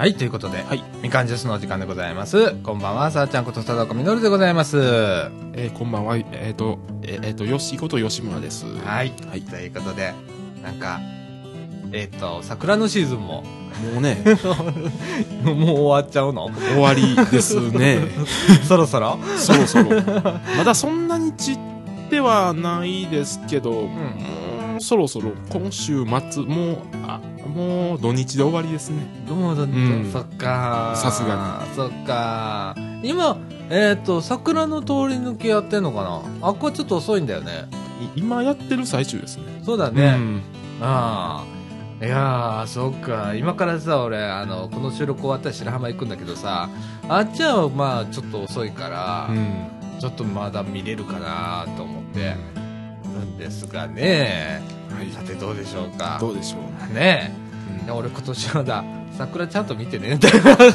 はい、ということで、 はい。 みかんジュースのお時間でございます。こんばんは、さあちゃんこと貞子みのるでございます。 こんばんは。よしこと吉村です。 はい。 はい。 ということで、なんか、桜のシーズンも、 もうね、 もう終わっちゃうの終わりですね。 そろそろそろそろ。まだそんなに散ってはないですけど、そろそろ今週末、もう土日で終わりですね。 どうだった、そっかさすがに。そっか今、桜の通り抜けやってんのかな。あっこはちょっと遅いんだよね。 今やってる最中ですね。 そうだね。ああ。いやー、そっか。今からさ、俺、この収録終わったら白浜行くんだけどさ、あっちはまあ、ちょっと遅いから、ちょっとまだ見れるかなと思ってるんですがね。 はい。 さて、どうでしょうか。 どうでしょう。 ねえ。俺今年は桜ちゃんと見てね。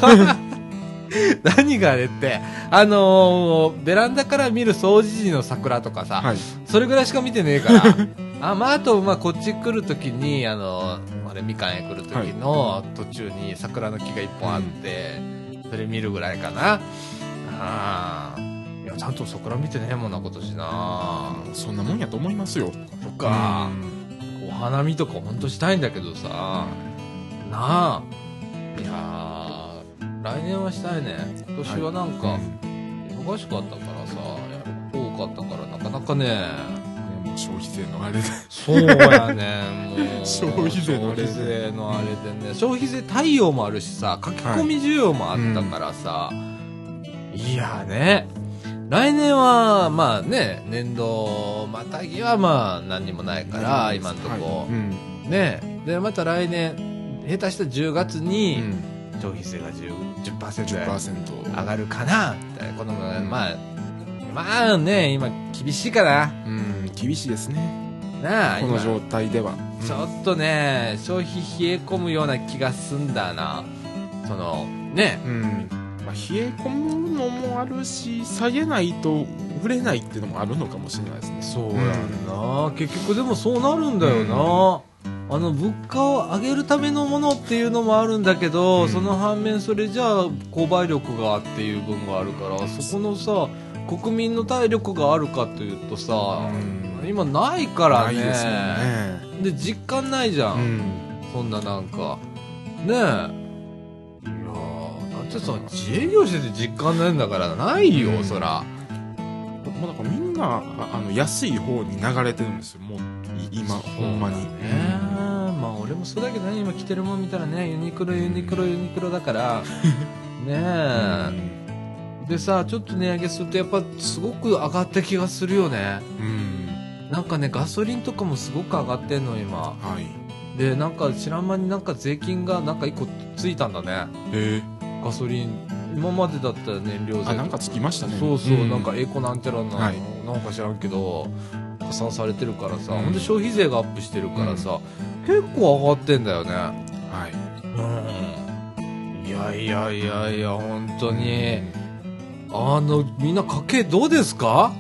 何があれって、ベランダから見る掃除時の桜とかさ、 はい、 それぐらいしか見てねえから。あと、こっち来るときに、みかんへ来るときの途中に桜の木が一本あって、それ見るぐらいかな。いや、ちゃんと桜見てねえもんな、今年な。 そんなもんやと思いますよ。 そっか。お花見とかほんとしたいんだけどさ、なあ。いやー、来年はしたいね。今年はなんか、忙しかったからさ、やること多かったから、なかなかね、 もう消費税のあれで。 そうやね、もう。 消費税のあれで。 消費税のあれでね。消費税対応もあるしさ、書き込み需要もあったからさ、いやね。来年は、まあね、年度またぎはまあ何にもないから、今んとこ。ね。で、また来年、下手した10月に、消費税が 10% 上がるかなみたいな。この、まあね、今厳しいかな。 厳しいですね。 なあ、 この状態では。 ちょっとね、消費冷え込むような気がすんだな。その、ね。 冷え込むのもあるし、下げないと売れないっていうのもあるのかもしれないですね。 そうやんな。結局でもそうなるんだよな。物価を上げるためのものっていうのもあるんだけど、その反面それじゃあ購買力がっていう分があるから、そこのさ、国民の体力があるかというとさ、今ないからね。 ないですもんね。 で、実感ないじゃん。そんななんか。ねえ。いやー、だってさ、自営業してて実感ないんだからないよ、そら。 もうだからみんな、安い方に流れてるんですよ、もう、今、ほんまに。 まあ俺もそうだけどね、今着てるもん見たらね、ユニクロだから、ねえ。でさ、ちょっと値上げするとやっぱすごく上がった気がするよね。なんかね、ガソリンとかもすごく上がってんの今。で、なんか知らん間になんか税金がなんか1個ついたんだね。ガソリン。今までだったら燃料税。 なんかつきましたね。 そうそう、なんかエコなんちゃらなんか知らんけど、加算されてるからさ、ほんで消費税がアップしてるからさ、結構上がってんだよね。いや、本当に。みんな家計どうですか？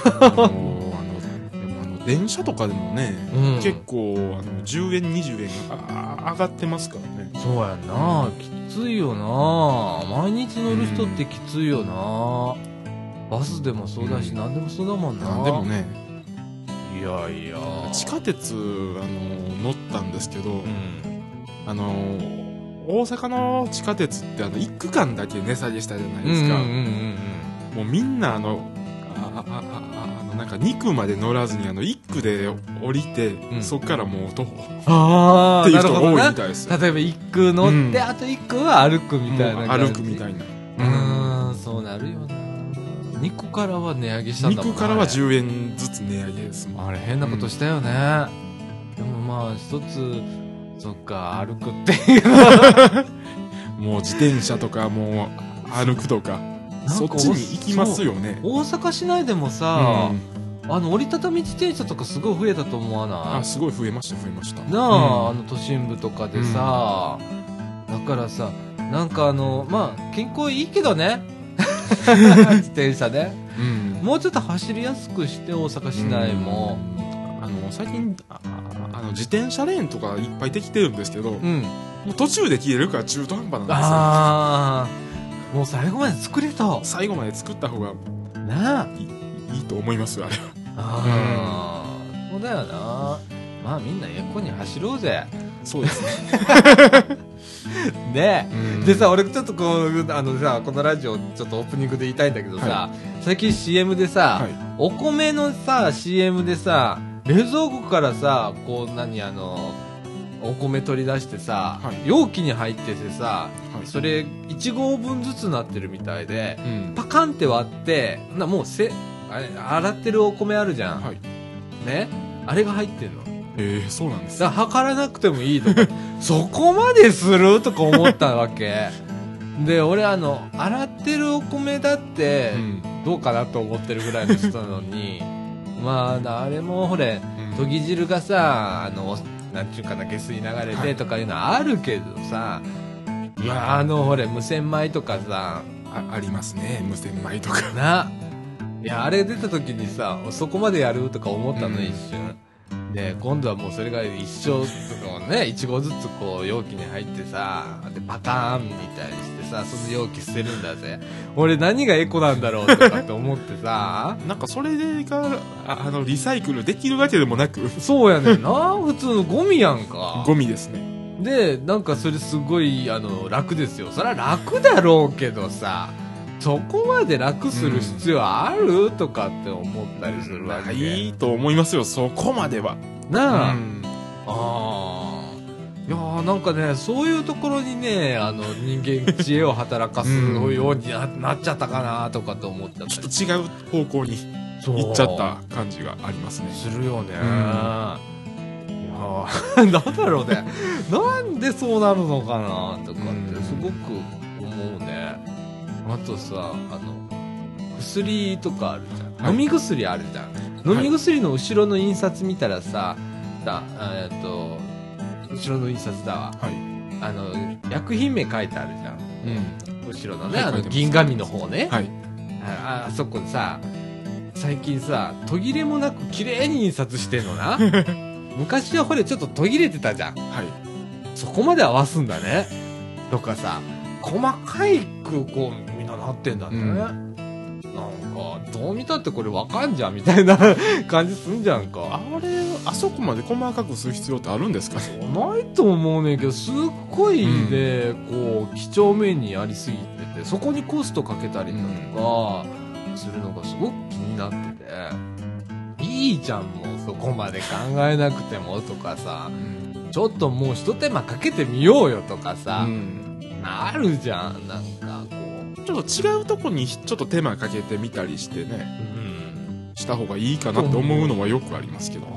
電車とかでもね、結構10円20円上がってますからね。 そうやんな、きついよな。毎日乗る人ってきついよな。バスでもそうだし、何でもそうだもんな。 何でもね。 いや地下鉄乗ったんですけど、大阪の地下鉄って1区間だけ値下げしたじゃないですか。もうみんななんか2区まで乗らずに1区で降りて、そっからもう徒歩っていう人が多いみたいです。 例えば1区乗って、あと1区は歩くみたいな。 歩くみたいな。 そうなるよな。2個からは値上げしたんだもんね。 2個からは10円ずつ値上げですもん。 あれ変なことしたよね。でもまあ一つ、そっか、歩くっていうもう自転車とかもう歩くとか、そっちに行きますよね。 大阪市内でもさ、折りたたみ自転車とかすごい増えたと思わない？ すごい増えました。 なあ、都心部とかでさ、だからさ、なんかまあ、健康いいけどね。自転車ね。もうちょっと走りやすくして、大阪市内も。 最近、 自転車レーンとかいっぱいできてるんですけど、 うん。 もう途中で消えるから中途半端なんですよ。 ああ、もう最後まで作れと。 最後まで作った方がなあ。 いいと思いますよ、あれは。 ああ、そうだよな。まあみんなエコに走ろうぜ。 そうですね。 ね、 うんでさ、俺ちょっとこう、さ、このラジオちょっとオープニングで言いたいんだけどさ、 は最近 CM でさ、 はい。 お米のさ、CM でさ、冷蔵庫からさ、こうお米取り出してさ、 はい容器に入っててさ、 はいそれ1合分ずつなってるみたいで、 うん。 パカンって割って、もうあれ、洗ってるお米あるじゃん。 はい。 ね、あれが入ってんの。 そうなんです。 だから測らなくてもいいとか、そこまでするとか思ったわけ。で、俺洗ってるお米だってう、ん。 どうかなと思ってるぐらいの人なのに、まあ、あれもほれ、とぎ汁がさ、なんちゅうかな、下水流れてとかいうのはあるけどさ、いや、ほれ、無洗米とかさ、 ありますね、無洗米とか。 いや、あれ出た時にさ、そこまでやるとか思ったの、 うん一瞬。で、今度はもうそれが一生とかね、1合ずつこう容器に入ってさ、で、パカーンみたいにしてさ、その容器捨てるんだぜ。俺何がエコなんだろうとかって思ってさ、 なんかそれが、リサイクルできるわけでもなく、 そうやねんな。普通のゴミやんか。 ゴミですね。 で、なんかそれすごい、楽ですよ。そりゃ楽だろうけどさ、そこまで楽する必要ある、とかって思ったりするわけ。 いいと思いますよ、そこまでは。 なあ。 うんああ。いやーなんかね、そういうところにね、人間知恵を働かすようになっちゃったかなとかって思っちゃったり。 ちょっと違う方向にそう行っちゃった感じがありますね。 するよね。いんやーなんだろうね。なんでそうなるのかなとかってすごく思うね。あとさ、薬とかあるじゃん。 はい飲み薬あるじゃん。飲み薬の後ろの印刷見たらさ、後ろの印刷だわ。 はい。 薬品名書いてあるじゃん。 うん。 後ろのね、 はい書いてます銀紙の方ね。 はい。 あそこでさ、最近さ、途切れもなく綺麗に印刷してんのな。昔はほれちょっと途切れてたじゃん。 はい。 そこまで合わすんだね。とかさ、細かいくこうみんななってんだね。なんか、どう見たってこれわかんじゃんみたいな感じすんじゃんか。 あそこまで細かくする必要ってあるんですかね。 ないと思うねんけど、すっごいね、こう、几帳面にやりすぎてて、そこにコストかけたりだとか、するのがすごく気になってて、いいじゃん、もうそこまで考えなくてもとかさ、ちょっともう一手間かけてみようよとかさ、なるじゃん、なんかこう。 ちょっと違うとこにちょっと手間かけてみたりしてね、した方がいいかなって思うのはよくありますけど。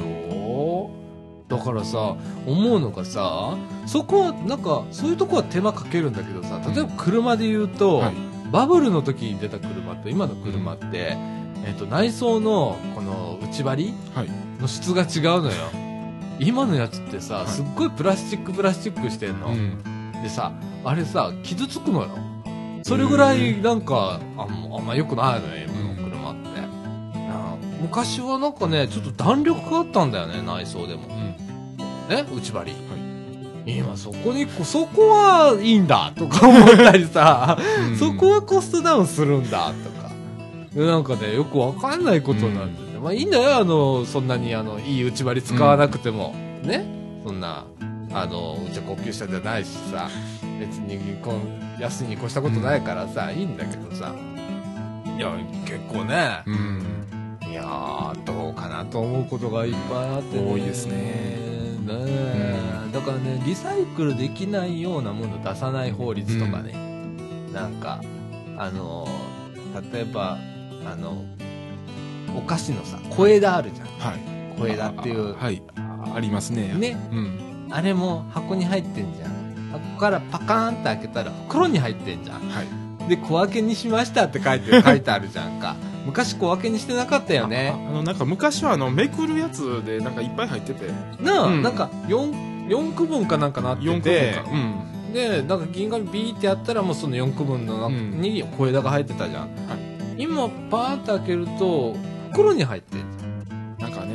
だからさ、思うのがさ、そこは、なんか、そういうとこは手間かけるんだけどさ、例えば車で言うと、 はい。 バブルの時に出た車と今の車って、内装のこの内張りはい。 の質が違うのよ。今のやつってさ、 いすっごいプラスチックしてんの。でさ、あれさ、傷つくのよ。それぐらいなんか、あんま良くないのよ、今の車って。昔はなんかね、ちょっと弾力があったんだよね、内装でも。ね、内張り。今そこはいいんだとか思ったりさ、そこはコストダウンするんだとか。なんかね、よくわかんないことなんですよ。まあいいんだよ、そんなにいい内張り使わなくても。ね。そんな、うちは高級車じゃないしさ、別に安いに越したことないからさ、いいんだけどさ。いや、結構ね、いやー、どうかなと思うことがいっぱいあってね。 多いですね。 だからね、リサイクルできないようなもの出さない法律とかね。なんか、例えば、お菓子のさ、小枝あるじゃん。 はい。 小枝っていう。 はい。ありますね。 ね。あれも箱に入ってんじゃん。箱からパカーンって開けたら袋に入ってんじゃん。 はい。 で、小分けにしましたって書いてあるじゃんか。昔小分けにしてなかったよね。 なんか昔はめくるやつでなんかいっぱい入ってて。 なんか4区分かなんかなってて。4区分か。で、なんか銀紙ビーってやったらもうその4区分の中に小枝が入ってたじゃん。今パーって開けると袋に入ってる。 なんかね、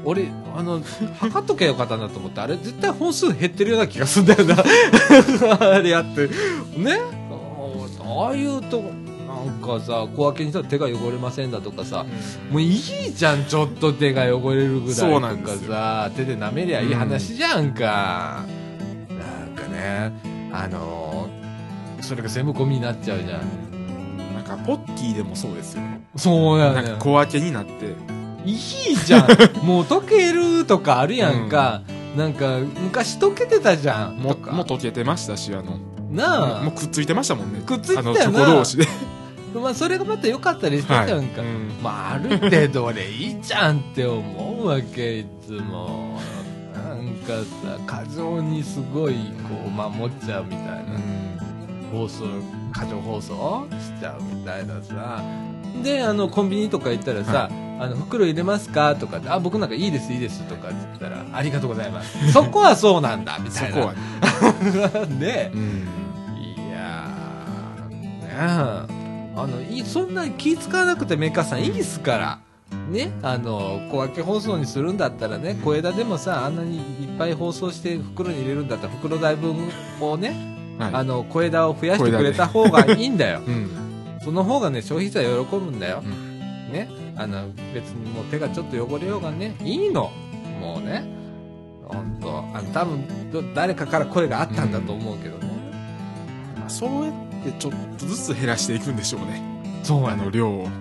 俺、測っとけよかったなと思って、あれ絶対本数減ってるような気がするんだよな。あれやって。ね、ああいうと、なんかさ、小分けにしたら手が汚れませんだとかさ、もういいじゃん、ちょっと手が汚れるぐらいとかさ、手で舐めりゃいい話じゃんか。なんかね、それが全部ゴミになっちゃうじゃん。 なんかポッキーでもそうですよ。 そうやね。 なんか小分けになって。 いいじゃん。もう溶けるとかあるやんか。なんか、昔溶けてたじゃん。 もう溶けてましたし、 なあ。 もうくっついてましたもんね。 くっついてたよな。 チョコ同士で。 まあ、それがまた良かったりしてたやんか。まあ、ある程度俺いいじゃんって思うわけ、いつも。なんかさ、過剰にすごい、こう、守っちゃうみたいな。過剰包装しちゃうみたいなさ。で、コンビニとか行ったらさ、袋入れますかとか、僕なんかいいですとかって言ったら、ありがとうございます。そこはそうなんだ、みたいな。そこはね。で、いやー、ね、そんなに気使わなくてメーカーさんいいっすから。ね、小分け包装にするんだったらね、小枝でもさ、あんなにいっぱい包装して袋に入れるんだったら、袋代分をね、小枝を増やしてくれた方がいいんだよ。その方がね、消費者喜ぶんだよ。ね。別にもう手がちょっと汚れようがね、いいの。もうね。ほんと。多分、誰かから声があったんだと思うけどね。 そうやってちょっとずつ減らしていくんでしょうね。 そうやね。 量を。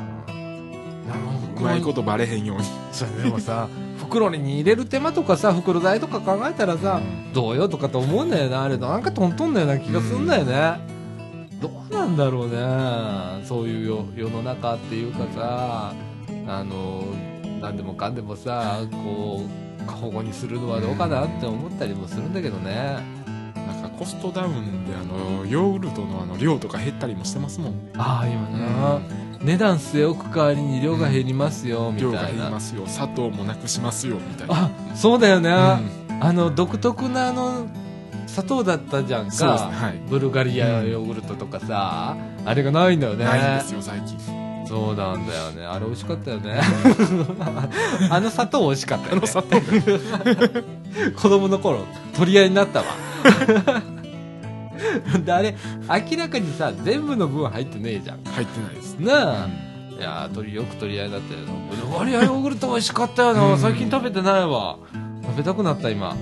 うまいことバレへんように。 それでもさ、袋に入れる手間とかさ、袋代とか考えたらさ、どうよとかと思うんだよな。あれなんかトントンだよな気がするんだよね。どうなんだろうね。そういう世の中っていうかさ、なんでもかんでもさ、こう、過保護にするのはどうかなって思ったりもするんだけどね。 なんかコストダウンでヨーグルトの量とか減ったりもしてますもん。 ああ、今な。値段据え置く代わりに量が減りますよ、みたいな。 量が減りますよ。砂糖もなくしますよ、みたいな。 あ、そうだよね。独特な砂糖だったじゃんか。そうですね、はい。ブルガリアヨーグルトとかさ、あれがないんだよね。 ないんですよ、最近。 そうなんだよね。あれ美味しかったよね。砂糖美味しかったよね。砂糖子供の頃、取り合いになったわ。で、あれ、明らかにさ、全部の分入ってねえじゃん。 入ってないです。 なあ。いやよく取り合いだったよ。ブルガリアヨーグルト美味しかったよな。最近食べてないわ。食べたくなった、今。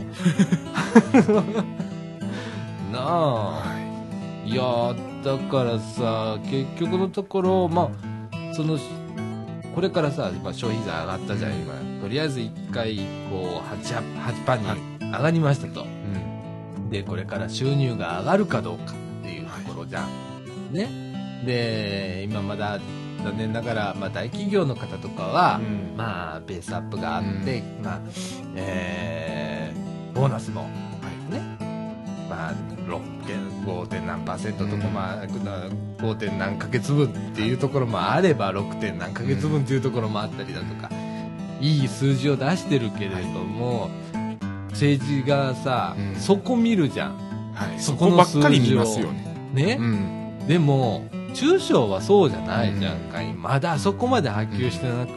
なあ、いやだからさ、結局のところ、まあ、これからさ、消費税上がったじゃん、今。とりあえず1回、こう、8% に上がりましたと。で、これから収入が上がるかどうかっていうところじゃん。ね。で、今まだ、残念ながら、まあ、大企業の方とかは、まあ、ベースアップがあって、まあ、ボーナスも、ね。まあ、5. 点何%とか、まあ、5. 点何ヶ月分っていうところもあれば、6. 点何ヶ月分っていうところもあったりだとか、いい数字を出してるけれども、政治がさ、そこ見るじゃん。 そこばっかり見ますよね。 ね。でも、中小はそうじゃないじゃんか。まだそこまで波及してなくって、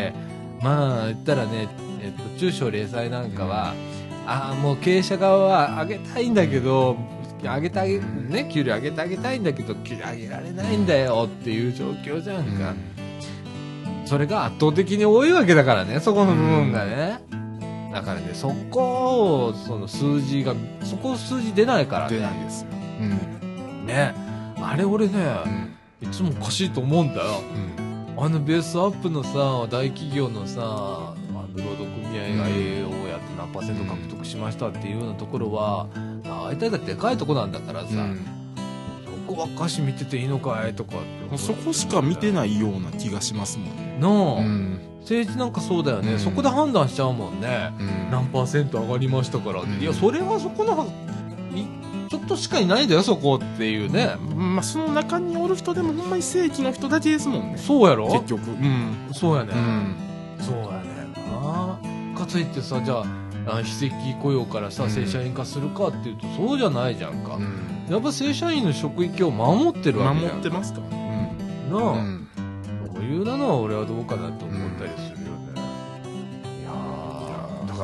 まあ、言ったらね、中小零細なんかは、もう経営者側は上げたいんだけど、ね、給料上げてあげたいんだけど、給料上げられないんだよっていう状況じゃんか。それが圧倒的に多いわけだからね、そこの部分がね。だからね、そこ数字出ないからね。 出ないですよ。 ね。あれ俺ね、いつもおかしいと思うんだよ。ベースアップのさ、大企業のさ、労働組合が AO やって何%獲得しましたっていうようなところは、大体がでかいとこなんだからさ、そこばっかし見てていいのかいとかって。 そこしか見てないような気がしますもんね。 なあ。政治なんかそうだよね。そこで判断しちゃうもんね。何%上がりましたからって。いや、それはそこの、ちょっとしかいないんだよ、そこっていうね。 まあ、その中におる人でもほんまに正規の人だけですもんね。 そうやろ結局。 そうやね。そうやね。かといってさ、じゃあ、非正規雇用からさ、正社員化するかっていうと、そうじゃないじゃんか。やっぱ正社員の職域を守ってるわけじゃん。 守ってますか。なあ。そういうのは俺はどうかなと思ったりするよね。いや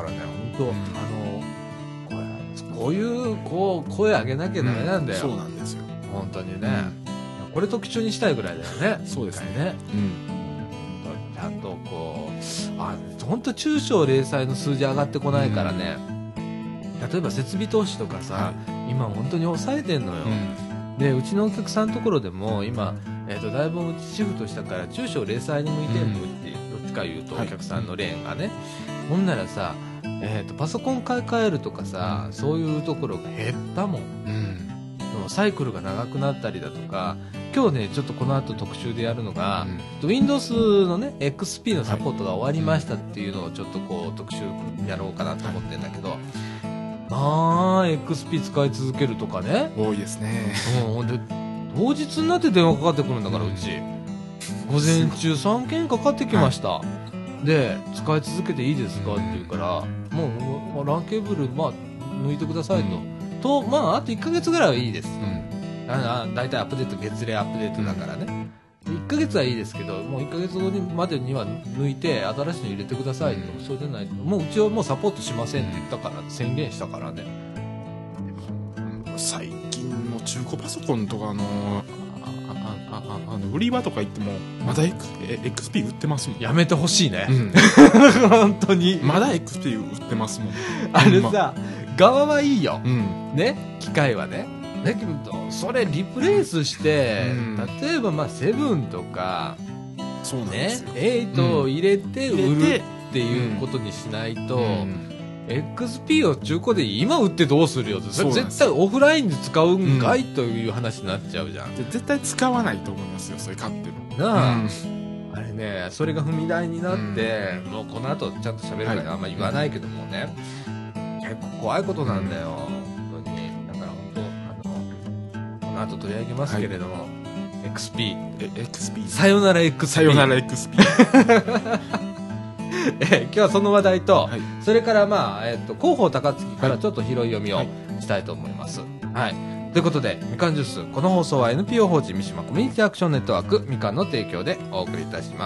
からね、本当、こういう声上げなきゃダメなんだよ。 そうなんですよ。 本当にね。これ特徴にしたいぐらいだよね。 そうですね。ちゃんと本当中小零細の数字上がってこないからね。例えば設備投資とかさ、今本当に抑えてんのよ。で、うちのお客さんのところでも今、だいぶうちシフトしたから中小零細に向いてるのって、どっちか言うとお客さんのレーンがね。ほんならさ、パソコン買い替えるとかさ、そういうところが減ったもん。サイクルが長くなったりだとか、今日ね、ちょっとこの後特集でやるのが、Windows のね、XP のサポートが終わりましたっていうのをちょっと特集やろうかなと思ってんだけど、XP 使い続けるとかね。 多いですね。 ほんで、当日になって電話かかってくるんだから、うち。午前中3件かかってきました。で、使い続けていいですかって言うから、もう、LAN ケーブル、抜いてくださいと。あと1ヶ月ぐらいはいいです。だいたいアップデート、月例アップデートだからね。1ヶ月はいいですけど、もう1ヶ月後までには抜いて、新しいの入れてくださいと。そうでないと。もううちはもうサポートしませんって言ったから、宣言したからね。 最近の中古パソコンとか売り場とか行っても、まだXP 売ってますもん。 やめてほしいね。本当に。 まだ XP 売ってますもん。 あれさ、側はいいよ。ね、機械はね。だけど、それリプレイスして、例えば7とか、 そうなんですよ。 8を入れて売るっていうことにしないと、XP を中古で今売ってどうするよって、それ絶対オフラインで使うんかいという話になっちゃうじゃん。 絶対使わないと思いますよ、それ買っても。 なあ。あれね、それが踏み台になって、もうこの後ちゃんと喋るからあんま言わないけどもね、結構怖いことなんだよ、本当に。だから本当、この後取り上げますけれども、XP。 XP？ さよなら XP。 さよなら XP。 今日はその話題と、それから広報高槻からちょっと拾い読みをしたいと思います。はい。ということで、みかんジュース、この放送は NPO 法人三島コミュニティアクションネットワークみかんの提供でお送りいたします。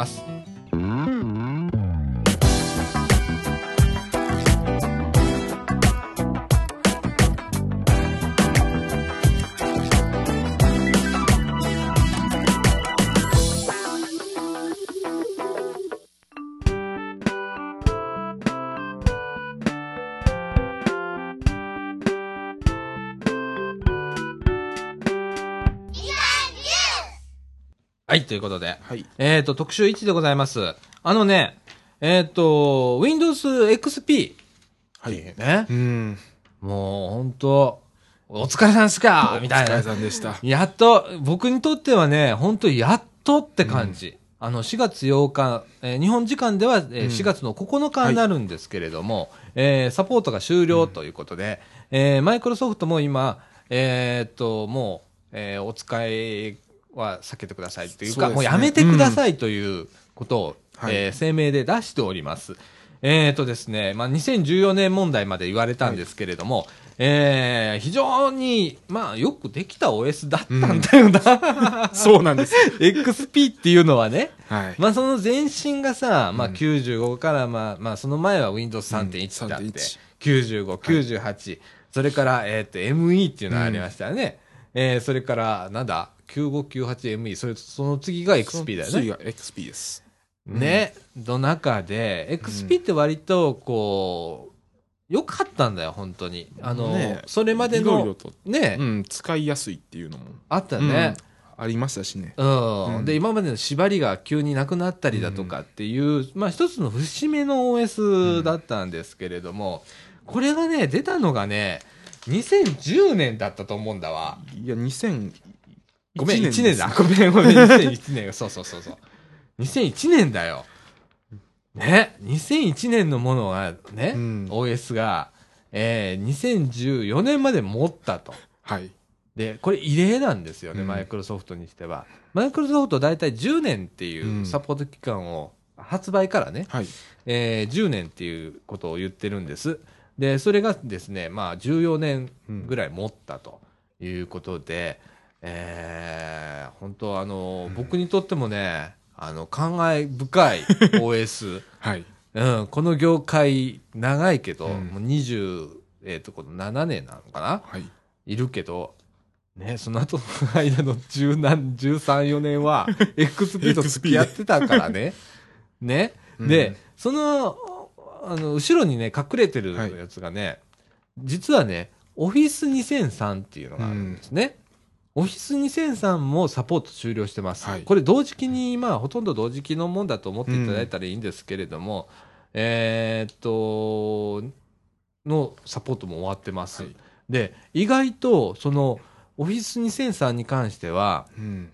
はい、ということで。特集1でございます。Windows XP。はい。ね。もう、ほんと、お疲れさんですかみたいな。 お疲れさんでした。 やっと、僕にとってはね、ほんとやっとって感じ。4月8日、日本時間では、4月の9日になるんですけれども、サポートが終了ということで、マイクロソフトも今、もう、お使いは避けてくださいというか、もうやめてくださいということを、声明で出しております。ですね、2014年問題まで言われたんですけれども、非常に、よくできた OS だったんだよな。 そうなんです。 XP っていうのはね、その前身がさ、95から、その前は Windows 3.1 ってあって、95、98、それから、ME っていうのがありましたよね。それから、9598ME、その次が XP だよね。 次が XP です。 ね、の中で、XP って割と、良かったんだよ、本当に。それまでの、 いろいろとね、使いやすいっていうのも。 あったね。 ありましたしね。 で、今までの縛りが急になくなったりだとかっていう、一つの節目の OS だったんですけれども、これがね、出たのがね、2010年だったと思うんだわ。 いや、2001 ごめん、1年だ。ごめん、2001年。そう。2001年だよ。ね、2001年のものがね、OS が、2014年まで持ったと。 はい。 で、これ異例なんですよね、マイクロソフトにしては。マイクロソフト大体10年っていうサポート期間を、発売からね、10年っていうことを言ってるんです。で、それがですね、14年ぐらい持ったということで、本当僕にとってもね、感慨深い OS。 はい。 この業界長いけど、 うんもうこの7年なのかな、 はい。 いるけど、ね、その後の間の13、4年は XP と付き合ってたからね。ね。で、その、後ろにね、隠れてるやつがね、実はね、オフィス2003っていうのがあるんですね。オフィス2003もサポート終了してます。 はいこれ同時期に、まあ、ほとんど同時期のもんだと思っていただいたらいいんですけれども、のサポートも終わってます。 はい。 で、意外と、その、オフィス2003に関しては、 うん。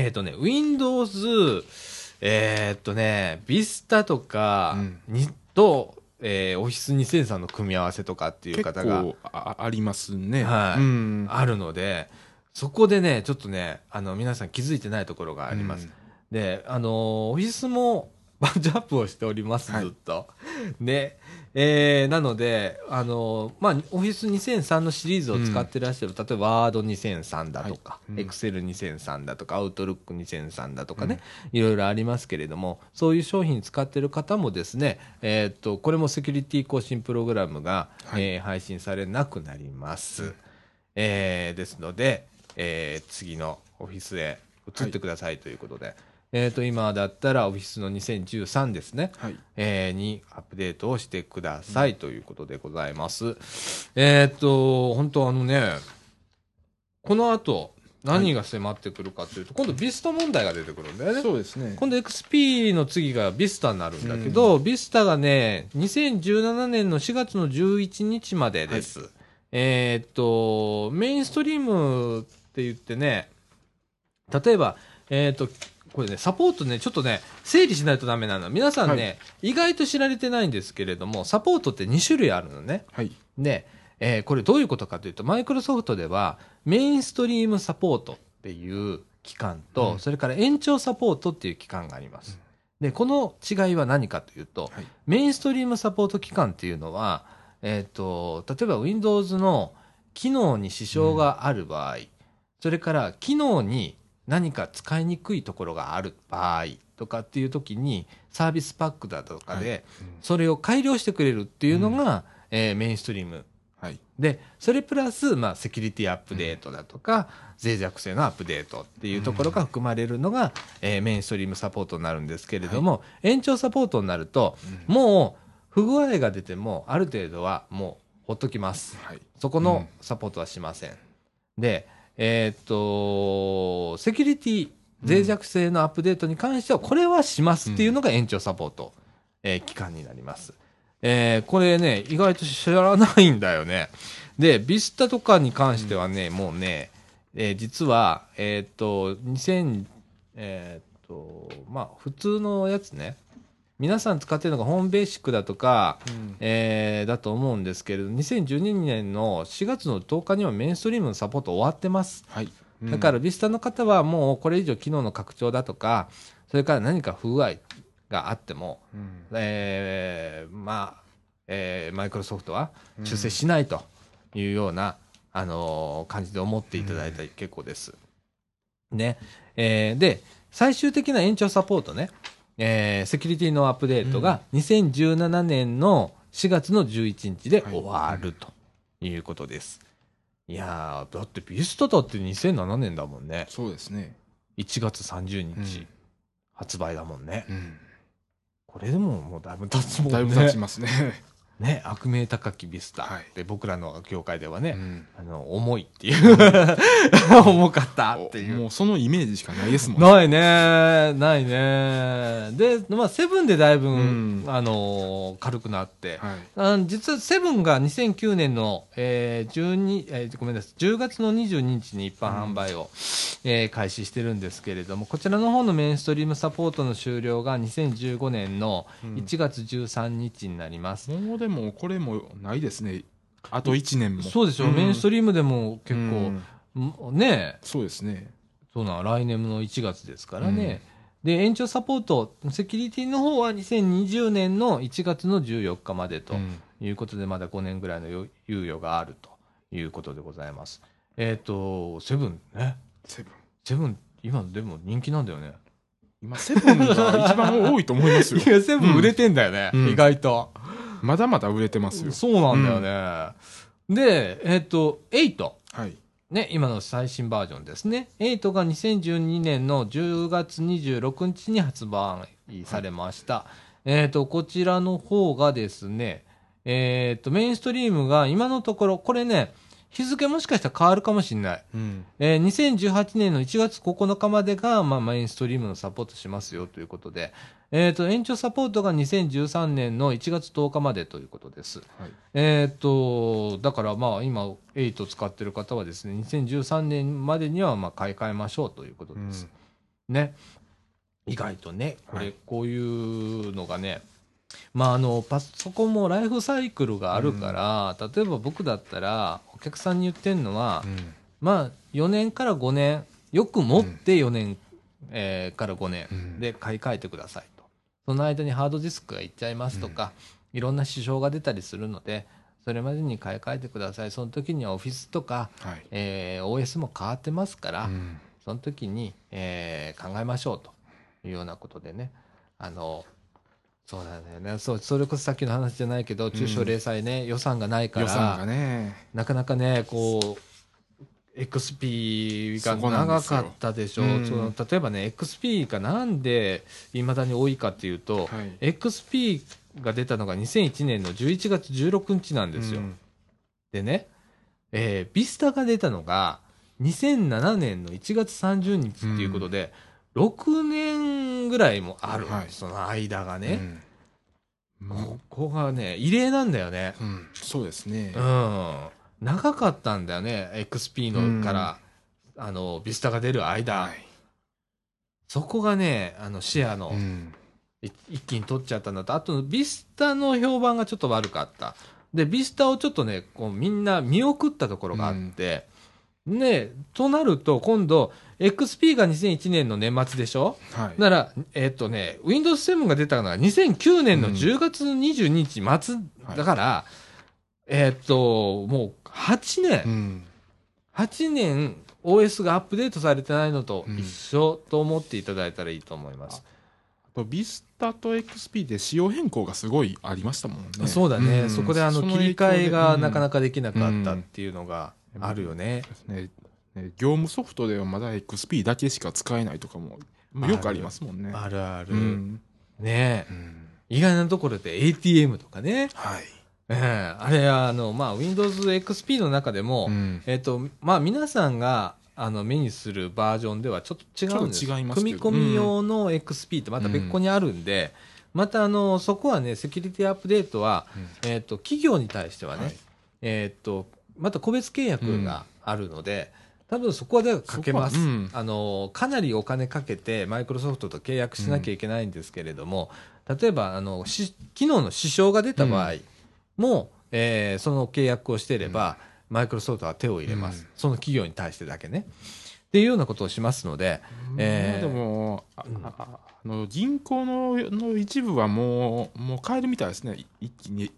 Windows、Vista とかに、と、オフィス2003の組み合わせとかっていう結方が、 構ありますね。 はいうん。 あるので、そこでね、ちょっとね、皆さん気づいてないところがあります。で、オフィスもバージョンアップをしております、 はいずっと。で、なので、まあ、オフィス2003のシリーズを使ってらっしゃる、例えば、ワード2003だとか、 はいエクセル2003だとか、アウトルック2003だとかね、いろいろありますけれども、そういう商品使ってる方もですね、これもセキュリティ更新プログラムが、 はい配信されなくなります。ですので、次のオフィスへ移ってくださいということで、今だったらオフィスの2013ですね、 はい。 にアップデートをしてくださいということでございます。本当この後、何が迫ってくるかというと、今度ビスタ問題が出てくるんだよね。 そうですね。 今度 XP の次がビスタになるんだけど、ビスタがね、2017年の4月の11日までです。メインストリームって言ってね、例えば、これね、サポートね、ちょっとね、整理しないとダメなの。皆さんね、意外と知られてないんですけれども、サポートって2種類あるのね。 はい。 で、これどういうことかというと、マイクロソフトでは、メインストリームサポートっていう期間と、それから延長サポートっていう期間があります。で、この違いは何かというと、 はい。 メインストリームサポート期間っていうのは、例えば Windows の機能に支障がある場合、それから機能に何か使いにくいところがある場合とかっていう時に、サービスパックだとかで、それを改良してくれるっていうのが、メインストリーム。 はい。 で、それプラス、まあ、セキュリティアップデートだとか、脆弱性のアップデートっていうところが含まれるのが、メインストリームサポートになるんですけれども、延長サポートになると、もう、不具合が出ても、ある程度はもう、ほっときます。 はい。 そこのサポートはしません。で、セキュリティ、脆弱性のアップデートに関しては、これはしますっていうのが延長サポート、期間になります。これね、意外と知らないんだよね。で、ビスタとかに関してはね、もうね、実は、2000、まあ、普通のやつね、皆さん使ってるのがホームベーシックだとか、だと思うんですけれど、2012年の4月の10日にはメインストリームのサポート終わってます。 はい。 だから、ビスタの方はもうこれ以上機能の拡張だとか、それから何か不具合があっても、まあ、マイクロソフトは修正しないというような、感じで思っていただいたら結構です。ね。で、最終的な延長サポートね、セキュリティのアップデートが2017年の4月の11日で終わるということです。いやー、だってビスタだって2007年だもんね。 そうですね。 1月30日、 うん発売だもんね。 うん。 これでももうだいぶ経つもんね。 だいぶ経ちますね。 ね、悪名高きビスタ。 はいで、僕らの業界ではね、 うん重いっていう。重かったっていう。 もうそのイメージしかないですもんね。 ないね、ないね。で、まあ、セブンでだいぶ、 うん軽くなって、 はい。 実はセブンが2009年の、ごめんなさい、10月の22日に一般販売を、開始してるんですけれども、こちらの方のメインストリームサポートの終了が2015年の1月13日になります。 もうでもこれもないですね。あと1年も。 そうでしょ、メインストリームでも結構、ねえ、 そうですね。 そうな、来年の1月ですからね。で、延長サポート、セキュリティの方は2020年の1月の14日までということで、まだ5年ぐらいの猶予があるということでございます。セブンね。セブン、今でも人気なんだよね。 今、セブンが一番多いと思いますよ。 いや、セブン売れてんだよね、 うん意外と。 まだまだ売れてますよ。 そうなんだよね。で、8。 はい。 ね、今の最新バージョンですね。8が2012年の10月26日に発売されました。こちらの方がですね、メインストリームが今のところ、これね、日付もしかしたら変わるかもしれない。2018年の1月9日までが、まあ、メインストリームのサポートしますよということで、延長サポートが2013年の1月10日までということです。 はい。 だからまあ今8使ってる方はですね、2013年までにはまあ買い替えましょうということです。ね。意外とね、こういうのがね、まあパソコンもライフサイクルがあるから、例えば僕だったらお客さんに言ってるのは、まあ4年から5年、よく持って4年、から5年で買い替えてくださいと。その間にハードディスクがいっちゃいますとか、いろんな支障が出たりするので、それまでに買い替えてください。その時にはオフィスとか、OS も変わってますから、その時に、考えましょうというようなことでね。そうなんだよね。それこそさっきの話じゃないけど、中小零細ね、予算がないから、 予算がね、 なかなかね、こう、XP が長かったでしょ。例えばね、XP がなんで未だに多いかっていうと、XP が出たのが2001年の11月16日なんですよ。でね、ビスタが出たのが2007年の1月30日っていうことで、6年ぐらいもある、その間がね。ここがね、異例なんだよね。 そうですね。 長かったんだよね、XP のから、ビスタが出る間。そこがね、シェアの、一気に取っちゃったんだと。あと、ビスタの評判がちょっと悪かった。で、ビスタをちょっとね、こうみんな見送ったところがあって、ね、となると、今度、XP が2001年の年末でしょ。なら、Windows 7が出たのが2009年の10月22日末だから、もう8年、8年 OS がアップデートされてないのと一緒と思っていただいたらいいと思います。 あと、ビスタと XP で仕様変更がすごいありましたもんね。 そうだね。そこで切り替えがなかなかできなかったっていうのがあるよね。 業務ソフトではまだ XP だけしか使えないとかもよくありますもんね。 あるある。ねえ。意外なところで ATM とかね。あれWindows XP の中でも、皆さんが目にするバージョンではちょっと違うんです。組み込み用の XP ってまた別個にあるんで、またそこはね、セキュリティアップデートは、企業に対してはね、また個別契約があるので、多分そこはかけます。かなりお金かけてマイクロソフトと契約しなきゃいけないんですけれども、例えば機能の支障が出た場合も、その契約をしていれば、マイクロソフトは手を入れます。その企業に対してだけね。っていうようなことをしますので。 でも、銀行の一部はもう変えるみたいですね。一気に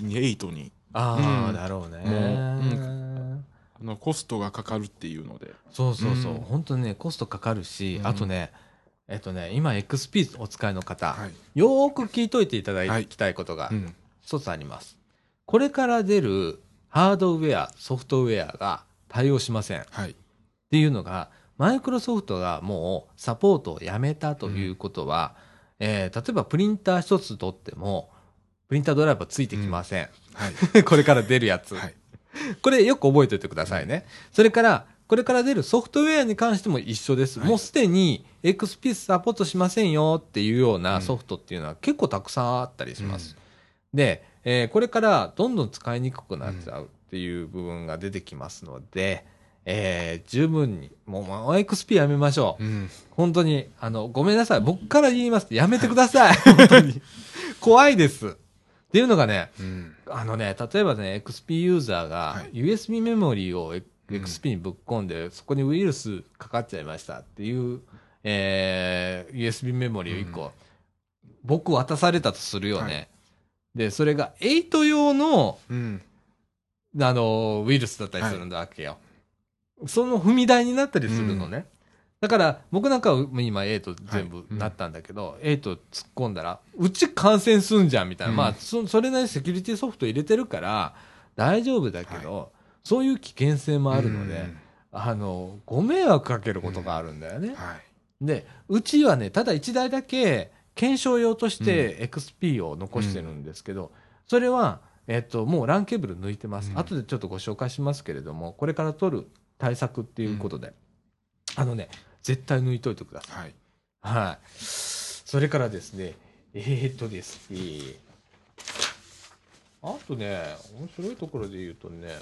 8に。 だろうね。 コストがかかるっていうので。 そう。本当にね、コストかかるし、あとね、今 XP お使いの方、よーく聞いといていただきたいことが一つあります。これから出るハードウェア、ソフトウェアが対応しません。っていうのが、マイクロソフトがもうサポートをやめたということは、例えばプリンター一つ取っても、プリンタードライバーついてきません。これから出るやつ。これよく覚えておいてくださいね。それから、これから出るソフトウェアに関しても一緒です。もうすでに XP サポートしませんよっていうようなソフトっていうのは結構たくさんあったりします。で、これからどんどん使いにくくなっちゃうっていう部分が出てきますので、十分に、もう XP やめましょう。本当に、ごめんなさい。僕から言います。やめてください。本当に。怖いです。っていうのがね、例えばね、XP ユーザーが USB メモリーを XP にぶっ込んで、そこにウイルスかかっちゃいましたっていう、USB メモリーを1個、僕渡されたとするよね。で、それが8用の、ウイルスだったりするんだわけよ。その踏み台になったりするのね。 だから僕なんかは今8全部なったんだけど、8突っ込んだらうち感染すんじゃんみたいな、まあそれなりにセキュリティソフト入れてるから大丈夫だけど、そういう危険性もあるので、ご迷惑かけることがあるんだよね。でうちはねただ1台だけ検証用として XP を残してるんですけど、それは、もう LAN ケーブル抜いてます、後でちょっとご紹介しますけれども、これから取る対策っていうことで、絶対抜いといてください。はい。それからですね、ですね、あとね、面白いところで言うとね、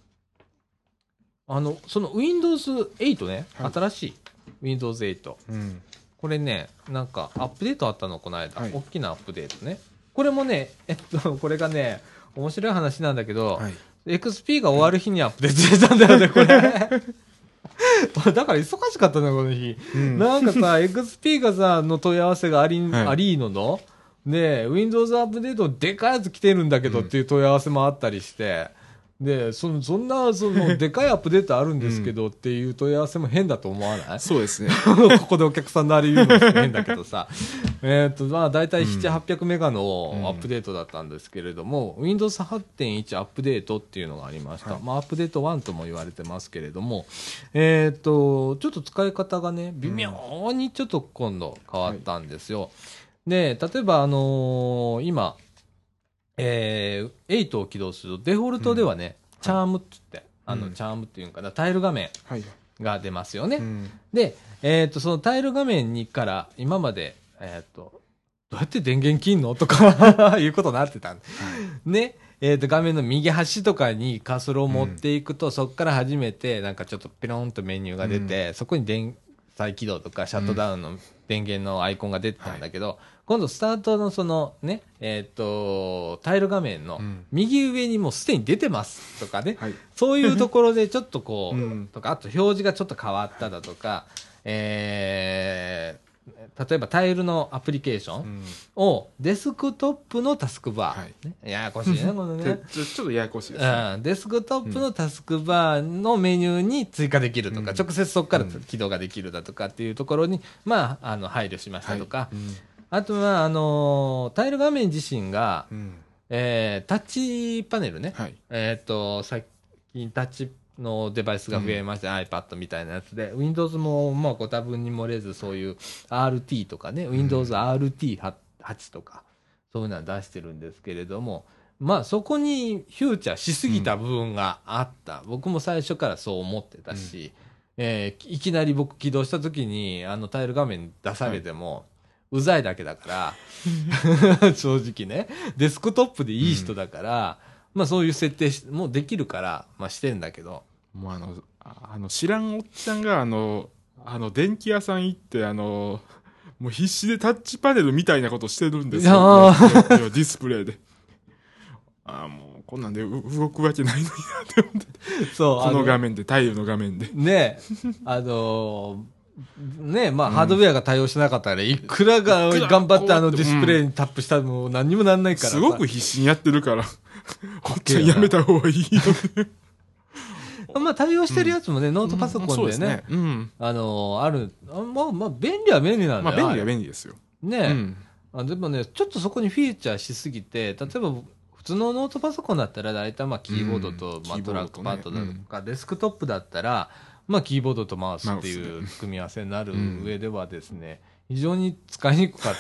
その Windows 8ね、新しい Windows 8。これね、なんかアップデートあったの、この間。大きなアップデートね。これもね、これがね、面白い話なんだけど、XP が終わる日にアップデートしてたんだよね、これ。だから忙しかったね、この日。なんかさ、XP がさ、の問い合わせがありので、Windows アップデートでかいやつ来てるんだけどっていう問い合わせもあったりして、で、そんな、でかいアップデートあるんですけどっていう問い合わせも変だと思わない？ そうですね。 ここでお客さんのあれ言うのも変だけどさ。まあ、だいたい7、800メガのアップデートだったんですけれども、Windows 8.1 アップデートっていうのがありました。まあ、アップデート1とも言われてますけれども、ちょっと使い方がね、微妙にちょっと今度変わったんですよ。で、例えば、今、8を起動すると、デフォルトではね、チャームって言って、チャームっていうのかな、タイル画面が出ますよね。で、そのタイル画面にから、今まで、どうやって電源切んのとかいうことになってたんで。ね。画面の右端とかにカーソルを持っていくと、そこから初めて、なんかちょっとピロンとメニューが出て、そこに再起動とかシャットダウンの電源のアイコンが出てたんだけど、今度スタートのそのね、タイル画面の右上にもうすでに出てますとかね、そういうところでちょっとこう、とか、あと表示がちょっと変わっただとか、例えばタイルのアプリケーションをデスクトップのタスクバー、ややこしいね、このね。 ちょっとややこしいですね。 デスクトップのタスクバーのメニューに追加できるとか、直接そこから起動ができるだとかっていうところに、まあ、配慮しましたとか、あとは、タイル画面自身が、タッチパネルね。最近タッチのデバイスが増えまして、iPad みたいなやつで、Windows も、まあ、ご多分に漏れず、そういう RT とかね、Windows RT8 とか、そういうのは出してるんですけれども、まあ、そこにフューチャーしすぎた部分があった。僕も最初からそう思ってたし、いきなり僕起動した時に、タイル画面出されても、うざいだけだから、正直ね、デスクトップでいい人だから、まあそういう設定もできるから、まあしてんだけど。 もう知らんおっちゃんが電気屋さん行って、もう必死でタッチパネルみたいなことしてるんですよ、ね。ディスプレイで。もうこんなんで動くわけないのになって思って。そう。この画面で、タイルの画面で。 ねね、まあ、ハードウェアが対応してなかったら、いくらが頑張ってディスプレイにタップしたらもう何にもなんないからすごく必死にやってるから、こっちはやめた方がいいよね。 まあ、対応してるやつもね、ノートパソコンでね、ある。まあ、便利は便利なんだよ。 まあ、便利は便利ですよ。 ねでもね、ちょっとそこにフィーチャーしすぎて、例えば、普通のノートパソコンだったら、大体まあ、キーボードと、まあ、トラックパッドだとか、デスクトップだったら、まあ、キーボードとマウスっていう組み合わせになる上ではですね、非常に使いにくかった。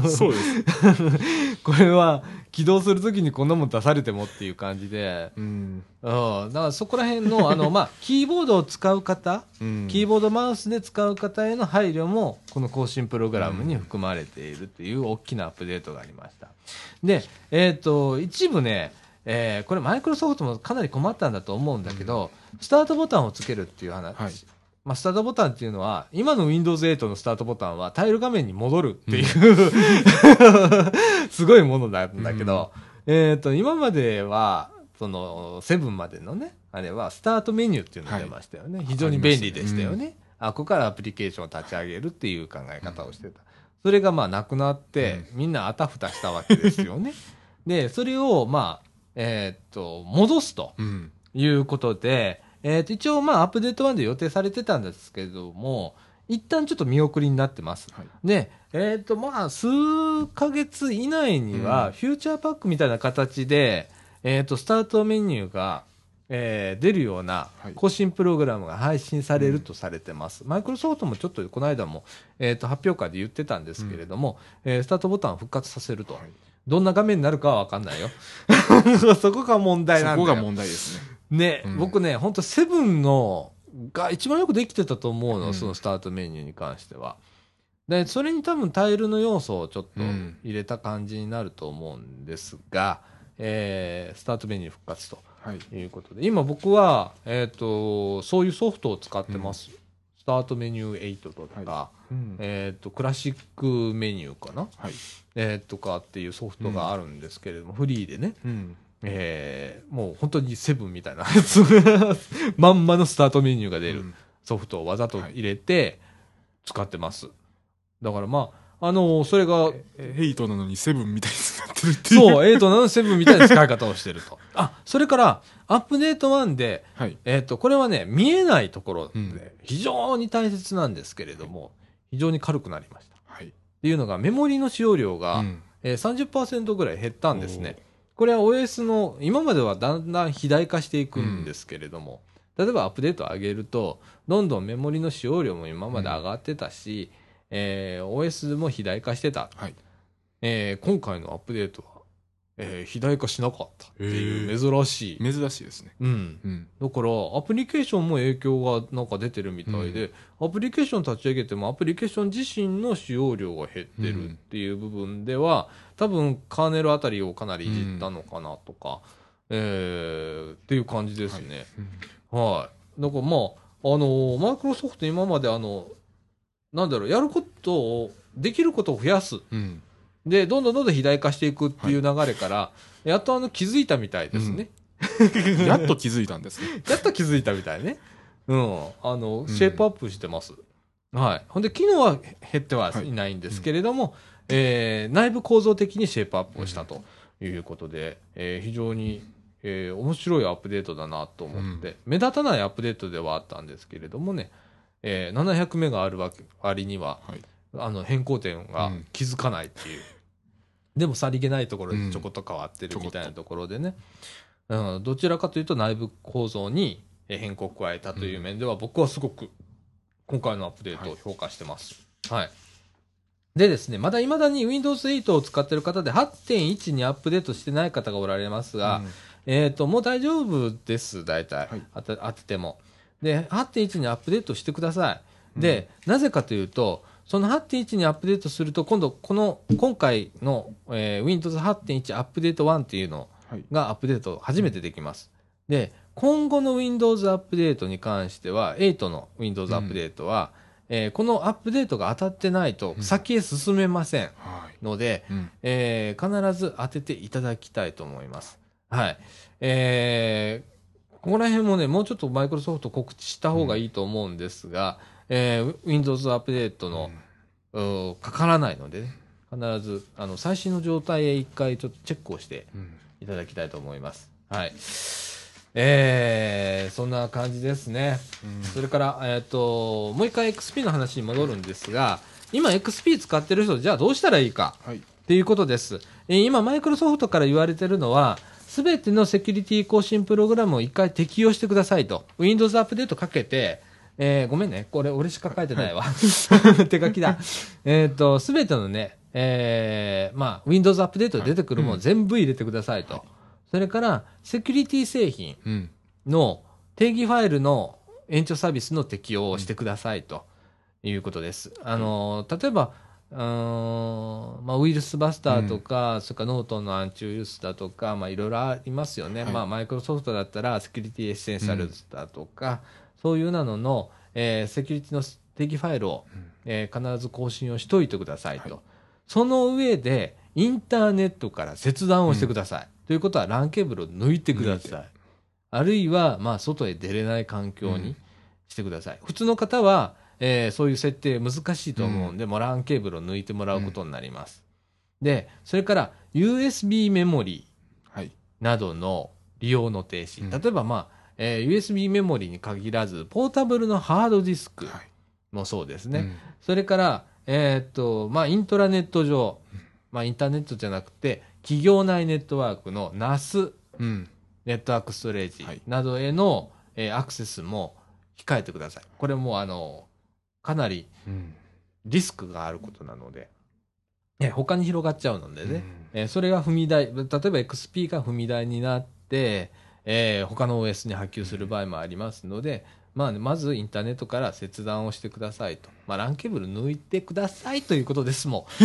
そうです。 これは、起動するときにこんなもん出されてもっていう感じで、だからそこら辺の、まあ、キーボードを使う方、キーボードマウスで使う方への配慮も、この更新プログラムに含まれているっていう大きなアップデートがありました。で、一部ね、これマイクロソフトもかなり困ったんだと思うんだけど、スタートボタンをつけるっていう話。まあ、スタートボタンっていうのは、今の Windows 8のスタートボタンはタイル画面に戻るっていう、すごいものなんだけど、今までは、7までのね、あれはスタートメニューっていうのが出ましたよね。非常に便利でしたよね。ここからアプリケーションを立ち上げるっていう考え方をしてた。それがまあなくなって、みんなあたふたしたわけですよね。で、それをまあ、戻すということで、 一応アップデート1で予定されてたんですけれども、一旦ちょっと見送りになってます。 はい、 で、数ヶ月以内には、フューチャーパックみたいな形で、スタートメニューが、出るような更新プログラムが配信されるとされてます。マイクロソフトもちょっとこの間も、発表会で言ってたんですけれども、スタートボタンを復活させると。はい、どんな画面になるかは分かんないよ。そこが問題なんだよ。 そこが問題ですね。ね、僕ね、本当セブンのが一番よくできてたと思うの、そのスタートメニューに関しては。で、それに多分タイルの要素をちょっと入れた感じになると思うんですが、スタートメニュー復活ということで、今僕は、そういうソフトを使ってます。スタートメニュー8とか、クラシックメニューかな、とかっていうソフトがあるんですけれども、フリーでね。もう本当にセブンみたいなまんまのスタートメニューが出るソフトをわざと入れて使ってます。だからそれが 8なのにセブンみたいになってるっていう。 そう、8なのにセブンみたいな使い方をしてると。それからアップデート1で、これはね、見えないところで非常に大切なんですけれども、非常に軽くなりました。っていうのがメモリの使用量が、30% ぐらい減ったんですね。これは OS の、今まではだんだん肥大化していくんですけれども、例えばアップデートを上げると、どんどんメモリの使用量も今まで上がってたし、OS も肥大化してた。今回のアップデートは、肥大化しなかったっていう珍しい。 珍しいですね。 だから、アプリケーションも影響がなんか出てるみたいで、アプリケーション立ち上げてもアプリケーション自身の使用量が減ってるっていう部分では、多分カーネルあたりをかなりいじったのかなとか、っていう感じですね。はい。だからマイクロソフト今までやることを、できることを増やす。で、どんどん肥大化していくっていう流れから、やっと気づいたみたいですね。 やっと気づいたんですね。 やっと気づいたみたいね。シェイプアップしてます。はい。ほんで、機能は減ってはいないんですけれども、内部構造的にシェイプアップをしたということで、非常に、面白いアップデートだなと思って、目立たないアップデートではあったんですけれどもね、700メガある割には、変更点が気づかないっていう。でもさりげないところでちょこっと変わってるみたいなところでね、どちらかというと内部構造に変更を加えたという面では、僕はすごく今回のアップデートを評価してます。はい。でですね、未だに Windows 8を使っている方で 8.1 にアップデートしてない方がおられますが、もう大丈夫です、大体。当てても。で、8.1 にアップデートしてください。で、なぜかというと、その 8.1 にアップデートすると、今回の、Windows 8.1 アップデート1っていうのがアップデート初めてできます。で、今後の Windows アップデートに関しては、8の Windows アップデートは、このアップデートが当たってないと先へ進めませんので、必ず当てていただきたいと思います。はい。ここら辺もね、もうちょっとマイクロソフト告知した方がいいと思うんですが、Windows アップデートの、かからないので、ね、必ず最新の状態へ一回ちょっとチェックをしていただきたいと思います。はい。そんな感じですね。それから、もう一回 XP の話に戻るんですが、今 XP 使ってる人、じゃあどうしたらいいか、っていうことです。今、マイクロソフトから言われてるのは、すべてのセキュリティ更新プログラムを一回適用してくださいと。Windows アップデートかけて、ごめんね。これ俺しか書いてないわ。手書きだ。すべてのね、Windows アップデートで出てくるもの全部入れてくださいと。それから、セキュリティ製品の定義ファイルの延長サービスの適用をしてくださいということです。例えば、ウイルスバスターとか、それからノートのアンチウイルスだとか、いろいろありますよね。マイクロソフトだったら、セキュリティエッセンシャルズだとか、そういうなのの、セキュリティの定義ファイルを、必ず更新をしといてくださいと。その上で、インターネットから切断をしてください。ということは、LAN ケーブルを抜いてください。あるいは、外へ出れない環境にしてください。普通の方は、そういう設定難しいと思うんで、もう LAN ケーブルを抜いてもらうことになります。で、それから USB メモリーなどの利用の停止。例えば USB メモリに限らず、ポータブルのハードディスクもそうですね。それから、まあ、イントラネット上、まあ、インターネットじゃなくて、企業内ネットワークの NAS、ネットワークストレージなどへの、アクセスも控えてください。これもかなりリスクがあることなので、他に広がっちゃうのでね、それが踏み台、例えば XP が踏み台になって、他の OS に波及する場合もありますので、まあ、まずインターネットから切断をしてくださいと。まあ、LAN ケーブル抜いてくださいということですも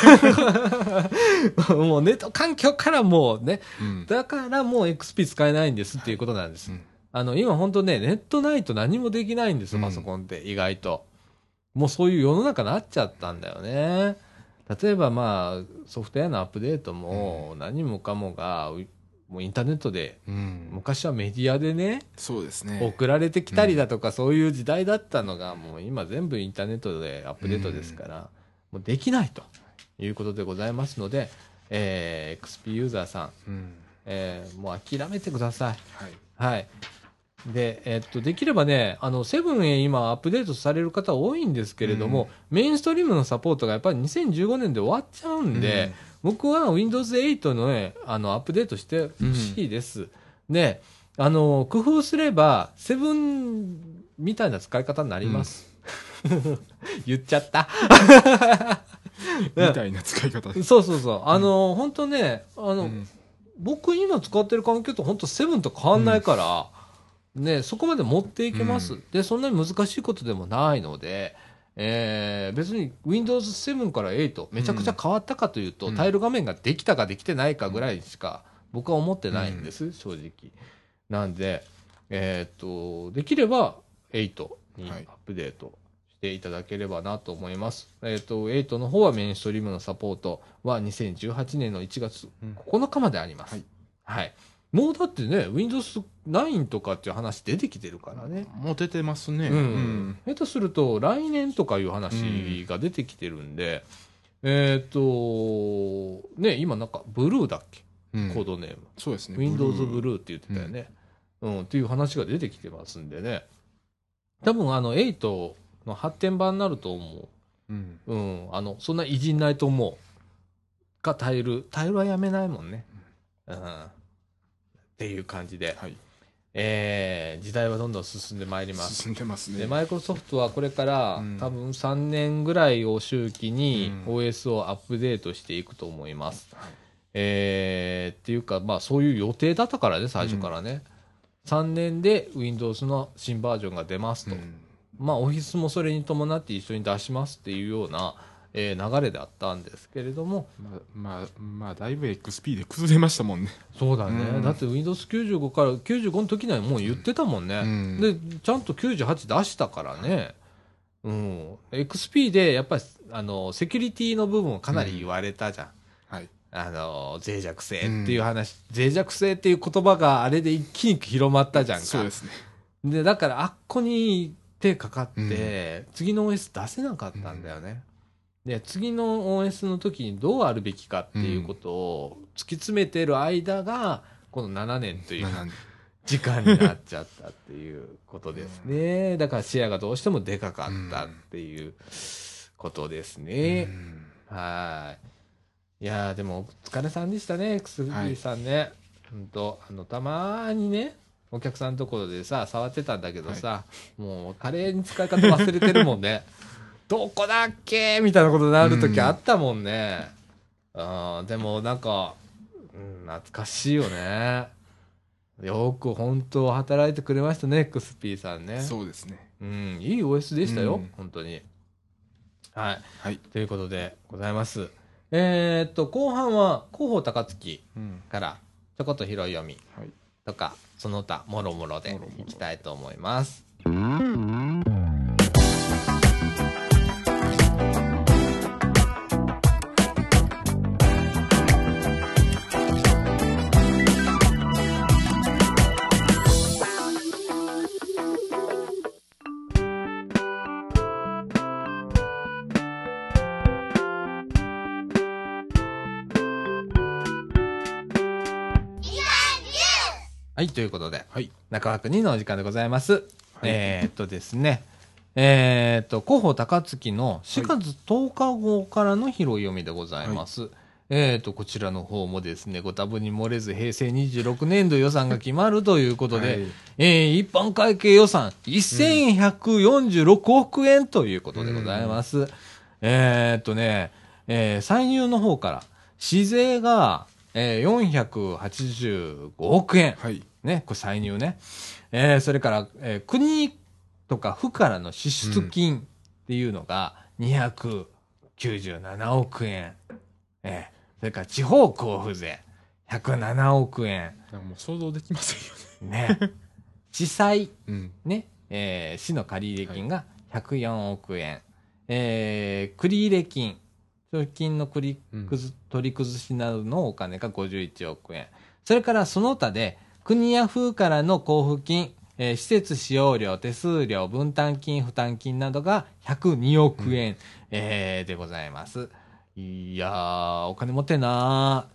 ん。もうネット環境からもうね、だからもう XP 使えないんですっていうことなんです。今本当ね、ネットないと何もできないんですよ、パソコンって意外と。もうそういう世の中になっちゃったんだよね。例えばまあ、ソフトウェアのアップデートも何もかもが、もうインターネットで、昔はメディアでね、 そうですね、 送られてきたりだとか、そういう時代だったのが、もう今全部インターネットでアップデートですから、もうできないということでございますので、XP ユーザーさん、もう諦めてください。はい。で、できればね、7へ今アップデートされる方多いんですけれども、メインストリームのサポートがやっぱり2015年で終わっちゃうんで、僕は Windows 8のね、アップデートしてほしいです。で、工夫すれば、7みたいな使い方になります。言っちゃった。 みたいな使い方。 そうそうそう。本当ね、僕今使ってる環境と本当7と変わんないから、ね、そこまで持っていけます。で、そんなに難しいことでもないので、別に Windows 7から8めちゃくちゃ変わったかというと、タイル画面ができたかできてないかぐらいしか僕は思ってないんです、正直。なんで、できれば8にアップデートしていただければなと思います。8の方はメインストリームのサポートは2018年の1月9日まであります。はい。もうだってね、Windows 9とかっていう話出てきてるからね。 もう出てますね。 下手すると来年とかいう話が出てきてるんで、ね、今なんかブルーだっけ、コードネーム。 そうですね。 Windows ブルーって言ってたよね。っていう話が出てきてますんでね。多分8の発展版になると思う。そんな偉人ないと思う。タイルはやめないもんね。っていう感じで、時代はどんどん進んでまいります。 進んでますね。 で、マイクロソフトはこれから、多分3年ぐらいを周期に OS をアップデートしていくと思います。っていうか、まあそういう予定だったからね、最初からね。3年で Windows の新バージョンが出ますと。まあオフィスもそれに伴って一緒に出しますっていうような、流れであったんですけれども、 まあだいぶ XP で崩れましたもんね。 そうだね、だって Windows95 から95の時にはもう言ってたもんね、でちゃんと98出したからね、XP でやっぱりセキュリティの部分をかなり言われたじゃん、脆弱性っていう話、脆弱性っていう言葉があれで一気に広まったじゃんか。 そうですね。 でだからあっこに手かかって、次の OS 出せなかったんだよね。で次の OS の時にどうあるべきかっていうことを突き詰めてる間がこの7年という時間になっちゃったっていうことですね。だからシェアがどうしてもでかかったっていうことですね。いやーでもお疲れさんでしたね、XP さんね。たまにねお客さんのところでさ触ってたんだけどさ、もう華麗に使い方忘れてるもんね。どこだっけみたいなことになるときあったもんね。でもなんか、懐かしいよね。よく本当働いてくれましたね、XP さんね。 そうですね。 いい OS でしたよ、本当に。はい。ということでございます。後半は広報高槻からちょこっと拾い読みとか、その他もろもろでいきたいと思います。 はい、ということで、 はい。 中枠2のお時間でございます。 はいですね、広報高槻の4月10日号からの拾い読みでございます。こちらの方もですね、ご多分に漏れず平成26年度予算が決まるということで、一般会計予算1146億円ということでございます。歳入の方から、市税が、485億円。 はい。 ね、これ歳入ね。それから、国とか府からの支出金っていうのが297億円。それから地方交付税107億円。 もう想像できませんよね。 ね。地裁、 うん。 ね、市の借入金が104億円。繰入金、賞金の取り崩しなどのお金が51億円。それからその他で、国や府からの交付金、施設使用料、手数料、分担金、負担金などが102億円、でございます。いやー、お金持ってんな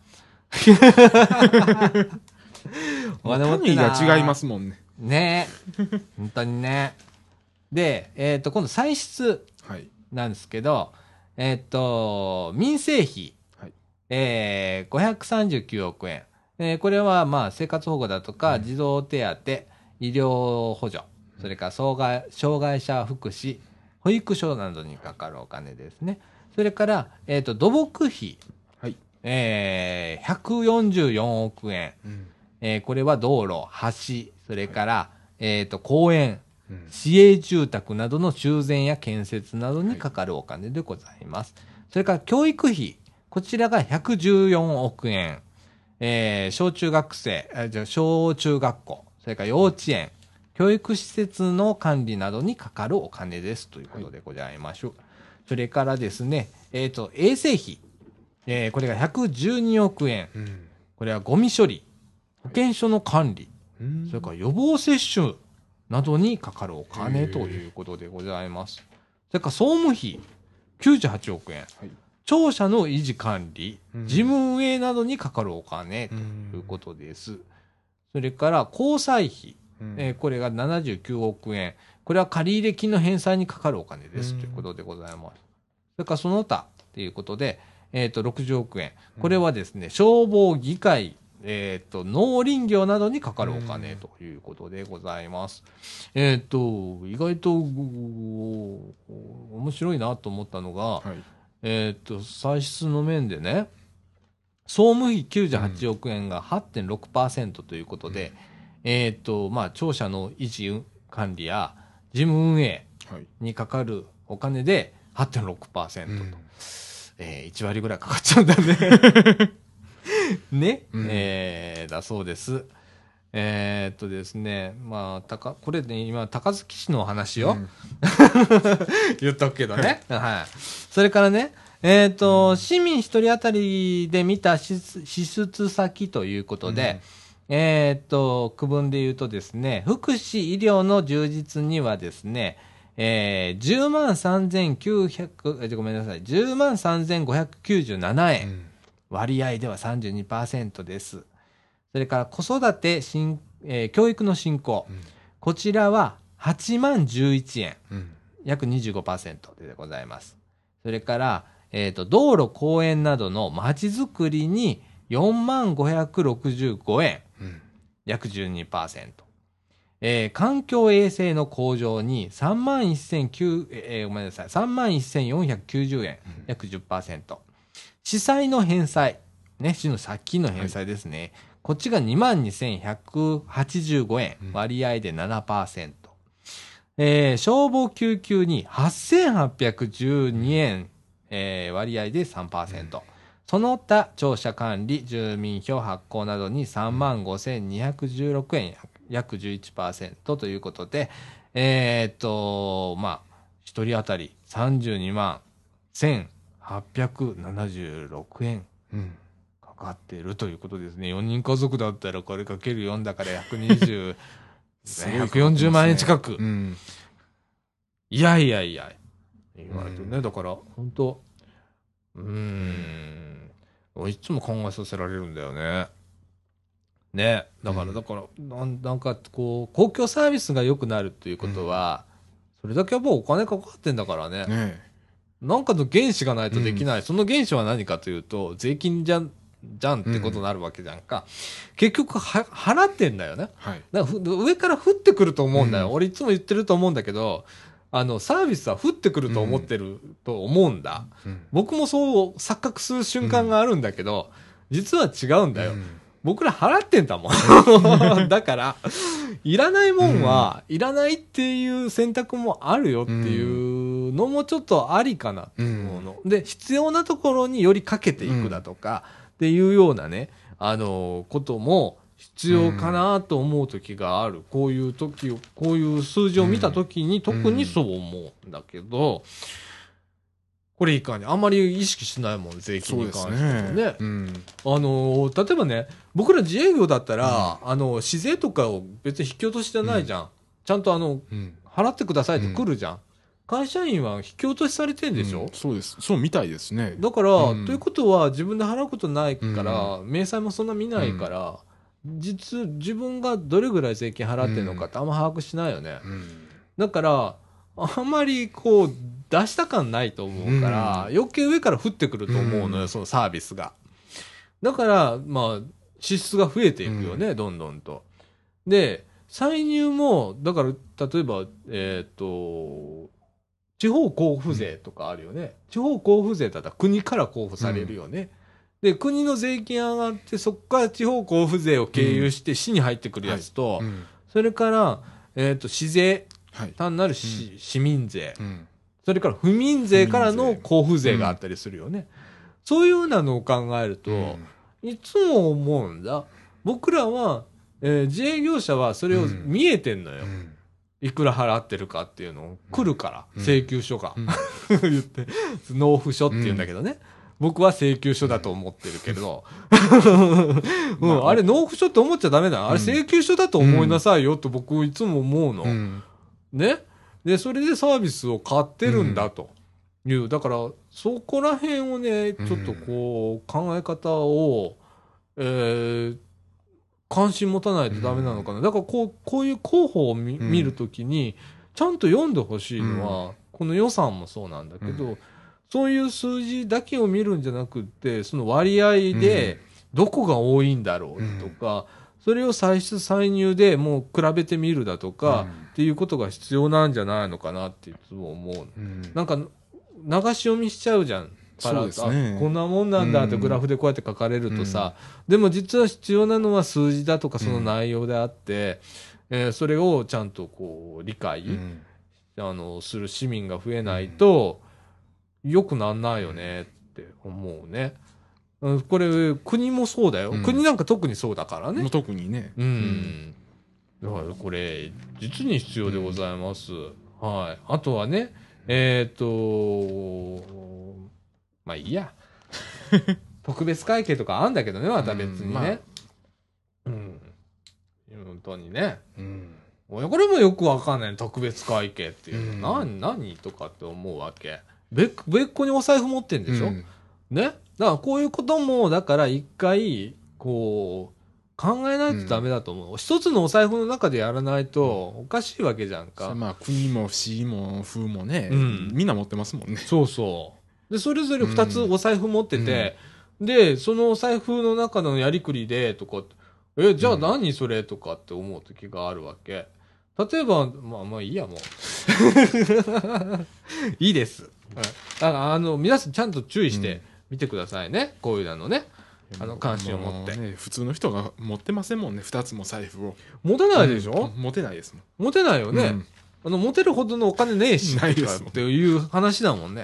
ー。お金持ってんなー。 単位が違いますもんね。 ね本当にね。で、今度歳出なんですけど、民生費、539億円。これはまあ生活保護だとか、児童手当、医療補助、それから障害者福祉、保育所などにかかるお金ですね。それから、土木費、144億円。これは道路、橋、それから、公園、市営住宅などの修繕や建設などにかかるお金でございます。それから教育費、こちらが114億円。小中学校、それから幼稚園、教育施設の管理などにかかるお金ですということでございましょう。それからですね、衛生費、これが112億円。これはゴミ処理、保健所の管理、それから予防接種などにかかるお金ということでございます。それから総務費、98億円。庁舎の維持管理、事務運営などにかかるお金ということです。それから交際費、これが79億円。これは借入金の返済にかかるお金ですということでございます。それからその他ということで、60億円。これはですね、消防、議会、農林業などにかかるお金ということでございます。意外と、面白いなと思ったのが、歳出の面でね、総務費98億円が 8.6% ということで、まあ、庁舎の維持管理や事務運営にかかるお金で 8.6%と、1割ぐらいかかっちゃうんだね。ね、だそうです。ですね、まあ、これね、今、高槻市のお話を、言っとくけどね。はい。それからね、市民一人当たりで見た支出先ということで、区分で言うとですね、福祉医療の充実にはですね、10万3900、ごめんなさい、10万3597円。割合では 32% です。それから子育て教育の振興。こちらは8万11円。約 25% でございます。それから、道路公園などの街づくりに4万565円。約 12%。環境衛生の向上に3万1490円。約 10%。市債の返済。ね、市の借金の返済ですね。こっちが 22,185 円。割合で 7%。消防救急に 8,812 円。割合で 3%。その他、庁舎管理、住民票発行などに 35,216 円。約 11% ということで、まあ、一人当たり32万1,876円かかっているということですね。4人家族だったらこれかける4だから120、140万円近く。いやいやいや、言われてね、だから本当、いつも考えさせられるんだよね。 ね。だから、なんかこう、公共サービスが良くなるっていうことは、それだけやっぱお金かかってんだからね。 ねなんかの原資がないとできない。その原資は何かというと、税金じゃんってことになるわけじゃんか。結局払ってんだよね。 はい。 だから上から降ってくると思うんだよ。 うん俺いつも言ってると思うんだけど、サービスは降ってくると思ってると思うんだ。僕もそう錯覚する瞬間があるんだけど、実は違うんだよ。僕ら払ってんだもん。だから、いらないもんは、いらないっていう選択もあるよっていうのもちょっとありかなって思うの。で、必要なところによりかけていくだとか、っていうようなね、ことも必要かなと思う時がある。こういう時を、こういう数字を見た時に特にそう思うんだけど、これいかにあんまり意識しないもん、税金に関してもね。例えばね、僕ら自営業だったら、市税とかを別に引き落としじゃないじゃん。ちゃんと払ってくださいって来るじゃん。会社員は引き落としされてんでしょ、 そうです。そうみたいですね。 だから、ということは自分で払うことないから、明細もそんな見ないから、自分がどれぐらい税金払ってるのかってあんま把握しないよね。だから、あんまりこう、出した感ないと思うから、余計上から降ってくると思うのよ、そのサービスが。だから、まあ、支出が増えていくよね、どんどんと。で、歳入も、だから、例えば、地方交付税とかあるよね。地方交付税だったら国から交付されるよね。で、国の税金上がって、そこから地方交付税を経由して市に入ってくるやつと、それから、市税、単なる市民税、それから府民税からの交付税があったりするよね。そういうようなのを考えると、いつも思うんだ。僕らは、自営業者はそれを見えてんのよ。いくら払ってるかっていうのを来るから、請求書が。言って、納付書って言うんだけどね。僕は請求書だと思ってるけど、あれ納付書って思っちゃダメだ。あれ請求書だと思いなさいよって僕いつも思うの。ね。で、それでサービスを買ってるんだという。だから、そこら辺をね、ちょっとこう、考え方を、関心持たないとダメなのかな。だからこういう広報を見るときに、ちゃんと読んでほしいのは、この予算もそうなんだけど、そういう数字だけを見るんじゃなくって、その割合でどこが多いんだろうとか、それを歳出歳入でもう比べてみるだとか、っていうことが必要なんじゃないのかなっていつも思う。なんか、流し読みしちゃうじゃん。 そうですね。 こんなもんなんだってグラフでこうやって書かれるとさ、でも実は必要なのは数字だとかその内容であって、それをちゃんとこう理解、する市民が増えないと、良くなんないよねって思うね。これ、国もそうだよ。国なんか特にそうだからね。 特にね。 だからこれ、実に必要でございます。はい。あとはね、まあいいや。特別会計とかあんだけどね、また別にね。本当にね。これもよくわかんない。特別会計っていうの。何とかって思うわけ。別個にお財布持ってんでしょ、ね。だからこういうことも、だから一回、こう、考えないとダメだと思う。一つのお財布の中でやらないとおかしいわけじゃんか。 まあ国も市も府もね、みんな持ってますもんね。 そうそう。で、それぞれ二つお財布持ってて、で、そのお財布の中のやりくりで、とか、じゃあ何それとかって思う時があるわけ。例えば、まあいいや、もう。いいです。だから、皆さんちゃんと注意して見てくださいね。こういうのね。関心を持って、 普通の人が持ってませんもんね、二つも財布を。 持てないでしょ、 持てないですもん。 持てないよね。持てるほどのお金ねえし。 ないですもん。 っていう話だもんね。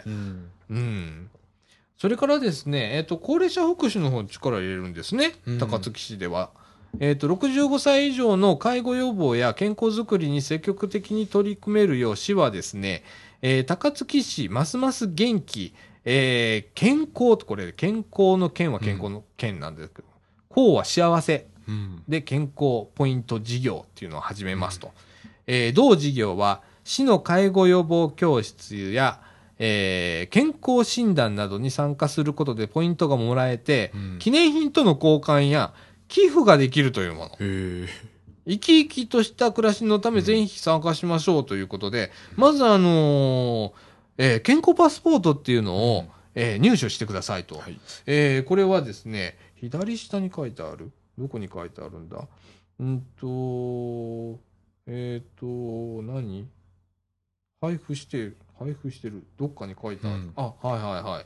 それからですね、高齢者福祉の方に力を入れるんですね。高槻市では。65歳以上の介護予防や健康づくりに積極的に取り組めるよう市はですね、高槻市ますます元気、健康と、これ、健康の健は健康の健なんですけど、康は幸せで健康ポイント事業っていうのを始めますと。同事業は、市の介護予防教室や、健康診断などに参加することでポイントがもらえて、記念品との交換や寄付ができるというもの。 へ生き生きとした暮らしのためぜひ参加しましょうということで、まず健康パスポートっていうのを、入手してくださいと。 はい。 これはですね、左下に書いてある？どこに書いてあるんだ？何？配布してる。どっかに書いてある。あ、はいはいはい。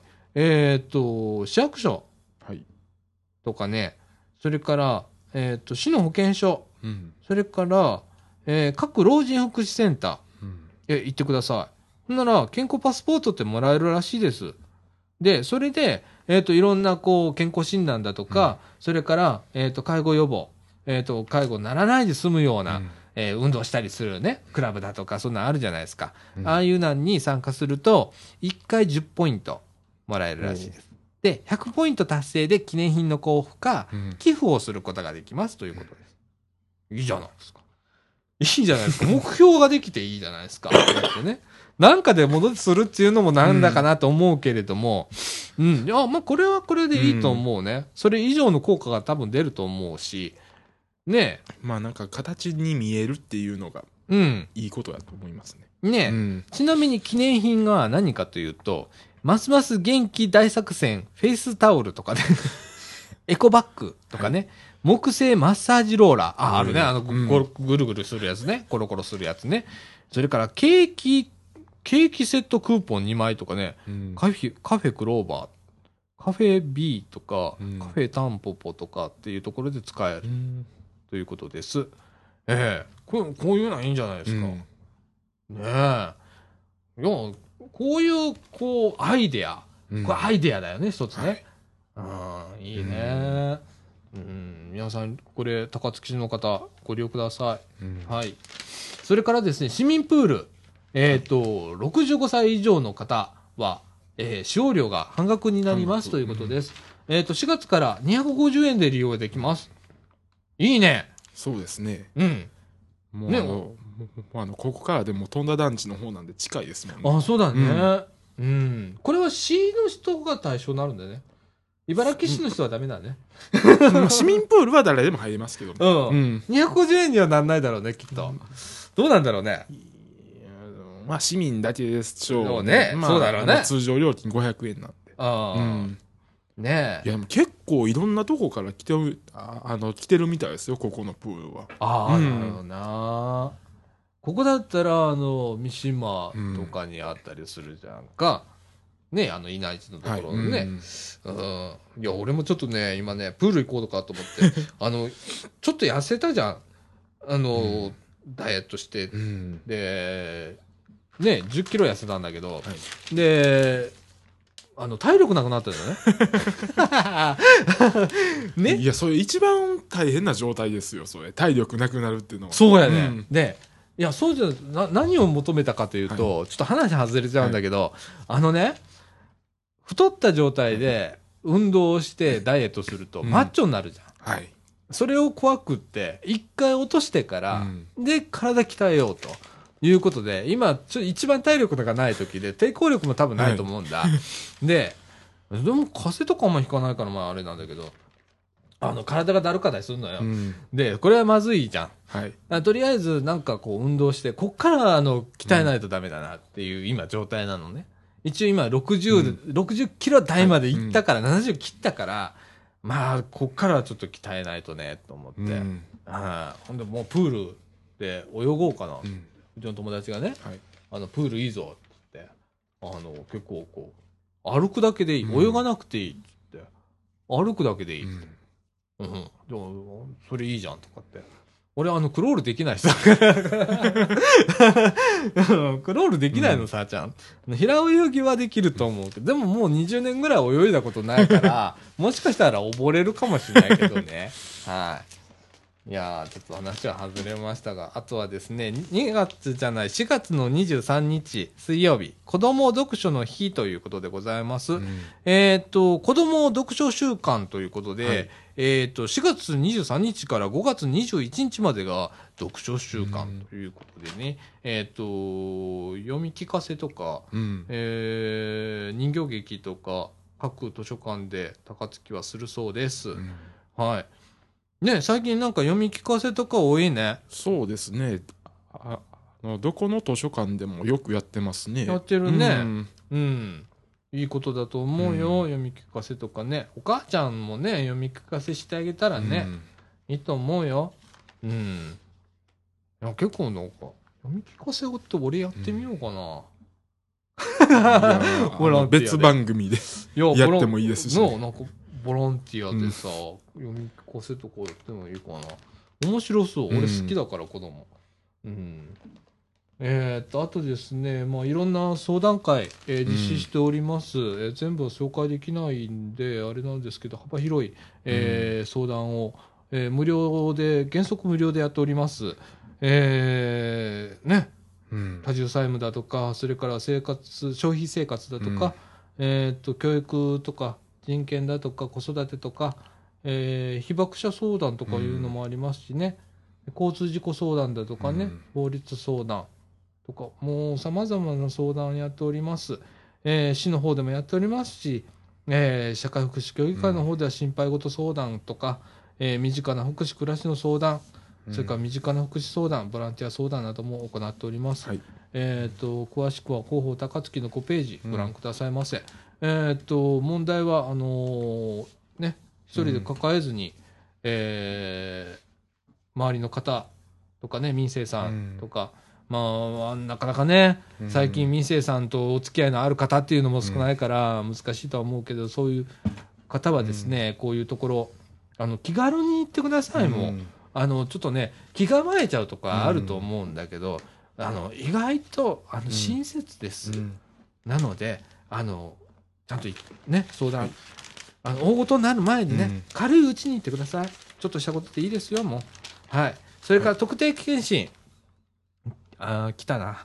市役所はい。 とかね、それから、市の保健所、それから、各老人福祉センター、行ってください。ほんなら、健康パスポートってもらえるらしいです。で、それで、いろんな、健康診断だとか、それから、介護予防、介護にならないで済むような、運動したりするね、クラブだとか、そんなんあるじゃないですか。ああいうなんに参加すると、1回10ポイントもらえるらしいです。で、100ポイント達成で記念品の交付か、寄付をすることができますということです。いいじゃないですか。いいじゃないですか。目標ができていいじゃないですか。ってね。なんかで戻するっていうのもなんだかなと思うけれども、いや、まあ、これはこれでいいと思うね。それ以上の効果が多分出ると思うし、ねえ。 まあなんか形に見えるっていうのが、いいことだと思いますね。 ねえ。ちなみに記念品が何かというと、ますます元気大作戦、フェイスタオルとかね、エコバッグとかね、木製マッサージローラー、あるね、ぐるぐるするやつね、コロコロするやつね。それからケーキセットクーポン2枚とかね、カフェクローバー、カフェ B とか、カフェタンポポとかっていうところで使えるということです。こういうのはいいんじゃないですか。ねえ。いや、こういう、アイデア。これアイデアだよね、一つね。いいね。皆さん、これ、高槻市の方、ご利用ください。はい。それからですね、市民プール。65歳以上の方は、使用料が半額になりますということです。4月から250円で利用できます。いいね。 そうですね。もうね、 ここからでも富田団地の方なんで近いですもんね。 あ、そうだね。これは市の人が対象になるんだよね。茨城市の人はダメだね。 市民プールは誰でも入れますけどね。 250円にはなんないだろうね、きっと。どうなんだろうね。 まあ市民だけでしょうね。そうだろうね。 通常料金500円なんで。 ねえ。 いや、結構いろんなとこから来てるみたいですよ、ここのプールは。 なるほどな。ここだったら、三島とかにあったりするじゃんか。ね、稲市のところね。いや、俺もちょっとね、今ね、プール行こうとかと思って、ちょっと痩せたじゃん。ダイエットして。で、ね、10キロ痩せたんだけど、で、体力なくなったんだよね。 ね。いや、それ一番大変な状態ですよ、それ。体力なくなるっていうのは。 そうやね。で、いや、そうじゃ、何を求めたかというと、ちょっと話外れちゃうんだけど、太った状態で運動をしてダイエットすると、マッチョになるじゃん。それを怖くって、一回落としてから、で、体鍛えようと。いうことで、今、一番体力がない時で、抵抗力も多分ないと思うんだ。でも風とかあんま引かないから、まああれなんだけど、体がだるかったりするのよ。で、これはまずいじゃん。とりあえず、なんか運動して、こっから鍛えないとダメだなっていう今状態なのね。一応今60キロ台まで行ったから、70切ったから、まあ、こっからはちょっと鍛えないとね、と思って。ほんで、もうプールで泳ごうかな。うちの友達がね、プールいいぞってって、結構歩くだけでいい、泳がなくていいって、歩くだけでいいって。でも、それいいじゃんとかって。俺、クロールできないさ。クロールできないのさ、ちゃん。平泳ぎはできると思うけど、でももう20年ぐらい泳いだことないから、もしかしたら溺れるかもしれないけどね。いやー、ちょっと話は外れましたが、あとはですね、4月の23日水曜日、子供読書の日ということでございます。子供読書週間ということで、4月23日から5月21日までが読書週間ということでね、読み聞かせとか、人形劇とか、各図書館で高槻はするそうです。はい。 ね、最近なんか読み聞かせとか多いね。 そうですね。どこの図書館でもよくやってますね。 やってるね。うん。いいことだと思うよ、読み聞かせとかね。お母ちゃんもね、読み聞かせしてあげたらね、いいと思うよ。うん。いや結構なんか、読み聞かせって俺やってみようかな。 別番組でやってもいいですし、ね。 なんかボランティアでさ、読み聞かせとかやってもいいかな。面白そう。俺好きだから、子供。うん。あとですね、まあ、いろんな相談会、実施しております。全部は紹介できないんで、あれなんですけど、幅広い、相談を、無料で、原則無料でやっております。ね。多重債務だとか、それから消費生活だとか、教育とか、人権だとか、子育てとか、被爆者相談とかいうのもありますしね、交通事故相談だとかね、法律相談とか、もう様々な相談をやっております。市の方でもやっておりますし、社会福祉協議会の方では心配事相談とか、身近な福祉暮らしの相談、それから身近な福祉相談、ボランティア相談なども行っております。はい、詳しくは広報高槻の5ページご覧くださいませ。問題はね、一人で抱えずに、周りの方とかね、民生さんとか、まあ、なかなかね、最近民生さんとお付き合いのある方っていうのも少ないから難しいとは思うけど、そういう方はですね、こういうところ気軽に行ってください。もうちょっとね、気構えちゃうとかあると思うんだけど、意外と親切です。なのでちゃんとね、相談、大事になる前にね、軽いうちに行ってください。ちょっとしたことでいいですよ、もう。はい。それから特定健診。来たな。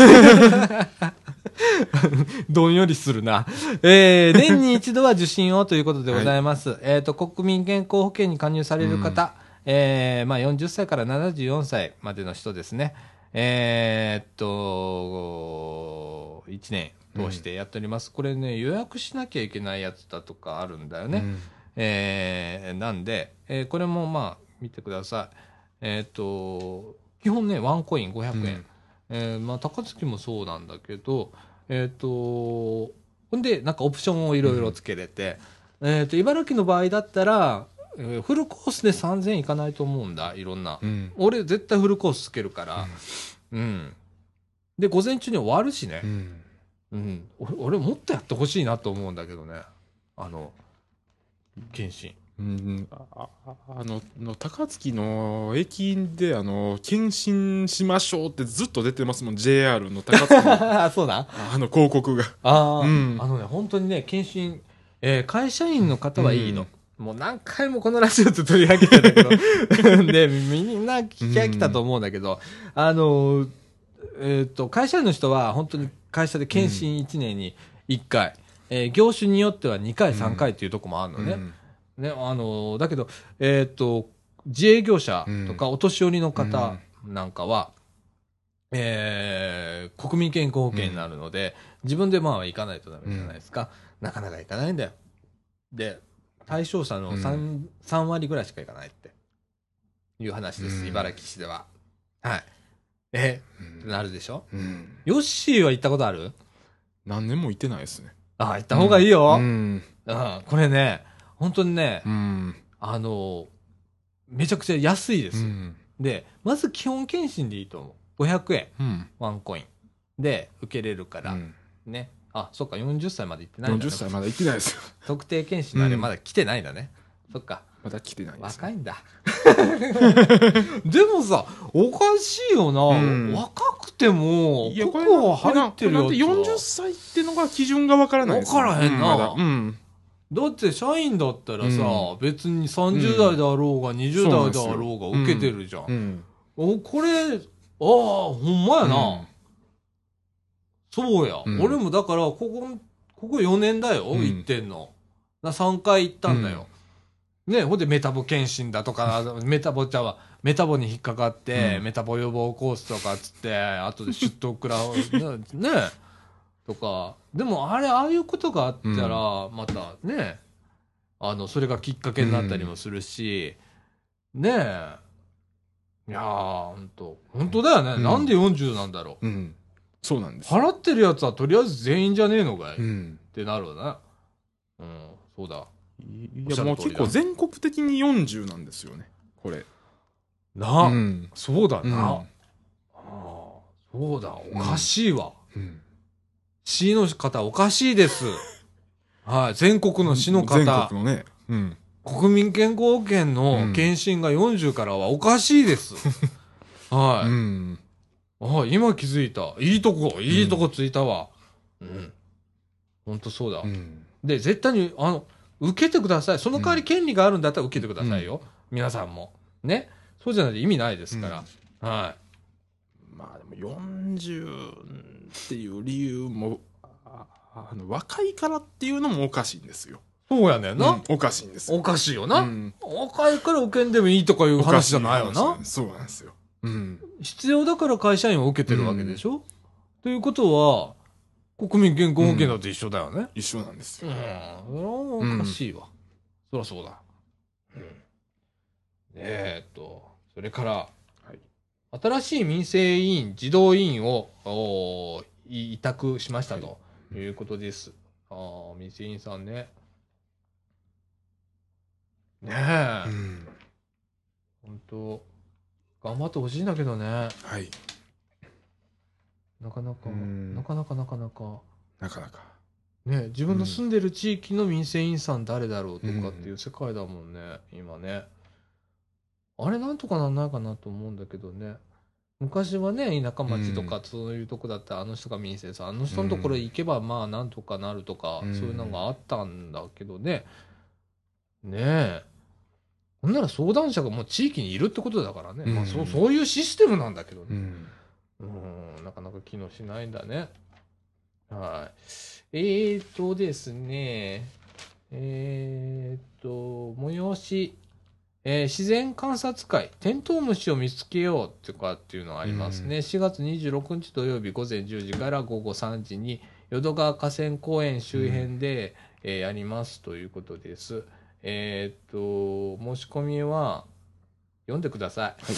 どんよりするな。年に一度は受診をということでございます。はい、国民健康保険に加入される方、まあ、40歳から74歳までの人ですね。1年通してやっております。これね、予約しなきゃいけないやつだとかあるんだよね。なんで、これもまあ、見てください。基本ね、ワンコイン500円。まあ、高槻もそうなんだけど、ほんで、なんかオプションをいろいろつけれて、茨城の場合だったら、フルコースで3000円いかないと思うんだ、いろんな。俺、絶対フルコースつけるから。で、午前中に終わるしね。俺、もっとやってほしいなと思うんだけどね。検診。 高槻の駅員で検診しましょうってずっと出てますもん、 JR の高槻のそうだ、 広告が。 ね、本当にね、検診、会社員の方はいいの。もう何回もこのラジオで取り上げてたけどで、みんな聞き飽きたと思うんだけど、会社員の人は本当に会社で検診1年に1回、業種によっては2回3回っていうとこもあるのね。ね、だけど、自営業者とかお年寄りの方なんかは、国民健康保険になるので、自分でまあ行かないとダメじゃないですか。なかなか行かないんだよ。で、対象者の 3割ぐらいしか行かないっていう話です、茨城市では。はい。なるでしょ。ヨッシーは行ったことある？ 何年も行ってないですね。 行った方がいいよ。これね、本当にね、めちゃくちゃ安いです。で、まず基本検診でいいと思う。500円、ワンコインで受けれるから、ね。そっか、40歳まで行ってないんだね。 40歳まだ行ってないですよ。 特定検診までまだ来てないんだね。そっか。 まだ来てないです。 若いんだ。でもさ、おかしいよな。若くても、ここは入ってるよ。 なんで40歳ってのが基準がわからないですわからへんな。だって社員だったらさ、別に30代であろうが20代であろうが受けてるじゃん。これ、ほんまやな。そうや。俺もだから、ここ4年だよ、行ってんの。3回行ったんだよ。ね、ほんでメタボ検診だとか、メタボに引っかかって、メタボ予防コースとかつって、後で出頭食らう、ね、とか。でもああいうことがあったら、またね、それがきっかけになったりもするし、 ねえ。いやー、ほんとだよね。なんで40なんだろう。 そうなんです。 払ってるやつはとりあえず全員じゃねえのかい、ってなるね。そうだ。 いや、もう結構全国的に40なんですよね、これ。 そうだな。そうだ、おかしいわ。市の方おかしいです。はい、全国の市の方。 全国のね。 国民健康保険の検診が40からはおかしいです。はい。今気づいた。いいとこついたわ。ほんとそうだ。で、絶対に、受けてください。その代わり権利があるんだったら受けてくださいよ。皆さんも。ね。そうじゃないと意味ないですから。はい。 まあでも40っていう理由も、若いからっていうのもおかしいんですよ。 そうやねんな。 おかしいんですよ。 おかしいよな。若いから受けんでもいいとかいう話じゃないよな。 そうなんですよ。 必要だから会社員を受けてるわけでしょ。ということは、国民健康保険だって一緒だよね。 一緒なんですよ。 それはおかしいわ。そりゃそうだ。それから、新しい民生委員、児童委員を委託しましたということです。民生委員さんね。ねえ。本当頑張ってほしいんだけどね。 はい。 なかなか。ね、自分の住んでる地域の民生委員さん誰だろうとかっていう世界だもんね、今ね。あれなんとかなんないかなと思うんだけどね。昔はね、田舎町とかそういうとこだったらあの人が民生さん、あの人のところ行けばまあなんとかなるとか、そういうのがあったんだけどね。ねえ。ほんなら相談者がもう地域にいるってことだからね。まあそういうシステムなんだけどね。なかなか機能しないんだね。はい。ですね。催し、自然観察会、テントウムシを見つけようとかっていうのがありますね。4月26日土曜日午前10時から午後3時に、淀川河川公園周辺で、やりますということです。申し込みは、読んでください。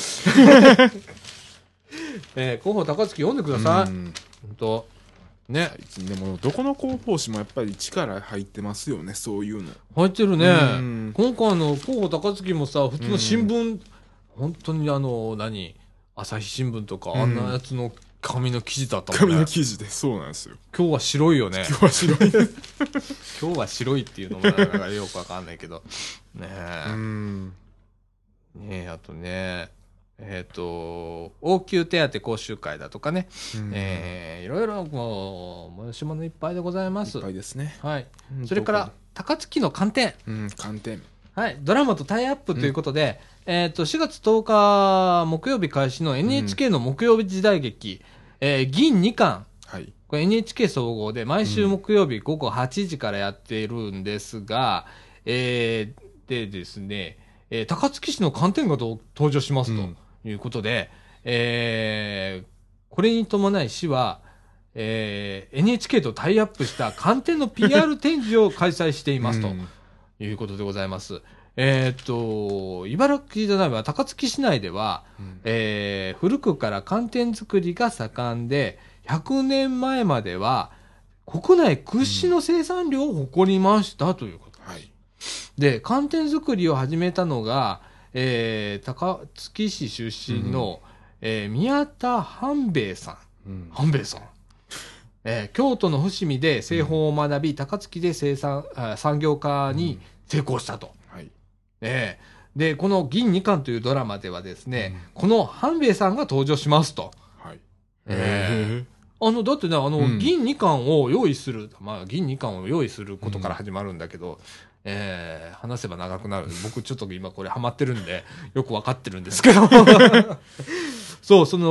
広報高槻読んでください。本当。ね。 でも、どこの広報誌もやっぱり力入ってますよね、そういうの。 入ってるね。今回の広報高槻もさ、普通の新聞、本当に朝日新聞とか、あんなやつの紙の記事だったもんね。 紙の記事で、そうなんですよ。 今日は白いよね。 今日は白い。 今日は白いっていうのもなんかよくわかんないけど。ねえ。ねえ、あとね。応急手当講習会だとかね、いろいろもう、催し物いっぱいでございます。 いっぱいですね。 はい。それから、高槻の寒天。 寒天。 はい。ドラマとタイアップということで、4月10日木曜日開始の NHK の木曜日時代劇、銀2巻。はい。これ NHK 総合で毎週木曜日午後8時からやっているんですが、でですね、高槻市の寒天が登場しますと。いうことで、これに伴い市は、NHK とタイアップした寒天の PR 展示を開催していますということでございます。茨城じゃないわ、高槻市内では、古くから寒天作りが盛んで、100年前までは国内屈指の生産量を誇りましたということです。で、寒天作りを始めたのが、高槻市出身の、宮田半兵衛さん。半兵衛さん。京都の伏見で製法を学び、高槻で産業化に成功したと。で、この銀2巻というドラマではですね、この半兵衛さんが登場しますと。だってね、銀2巻を用意する、銀2巻を用意することから始まるんだけど、話せば長くなる。僕ちょっと今これハマってるんで、よくわかってるんですけど。そう、そ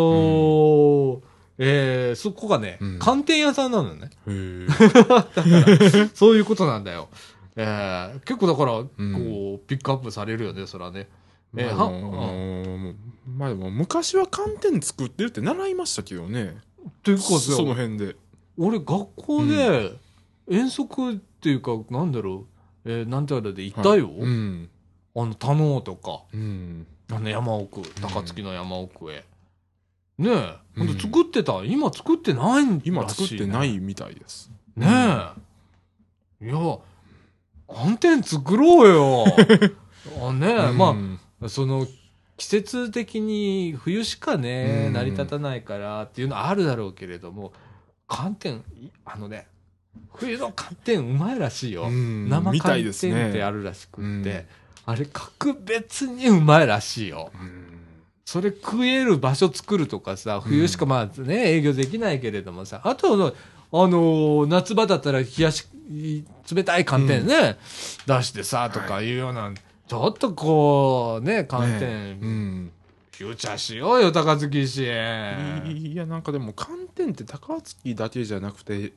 こがね、寒天屋さんなのね。だからそういうことなんだよ。結構だから、こう、ピックアップされるよね、そらね。 まあでも昔は寒天作ってるって習いましたけどね。 というかその辺で。 俺学校で遠足っていうか、なんだろう、なんてあれで行ったよ。 田能とか、 うん。 山奥、高槻の山奥へ。ねえ、ほんと作ってた。今作ってないんだし、ね。 今作ってないみたいです。 ねえ。いや、寒天作ろうよ。ねえ、まあ、季節的に冬しかね、成り立たないからっていうのはあるだろうけれども、寒天、冬の寒天うまいらしいよ。生寒天ってあるらしくって、あれ格別にうまいらしいよ。それ食える場所作るとかさ、冬しかまあね、営業できないけれどもさ、あと夏場だったら冷たい寒天ね、出してさ、とかいうような、ちょっとこう、ね、寒天、フューチャーしようよ、高槻市。 いや、なんかでも寒天って高槻だけじゃなくて、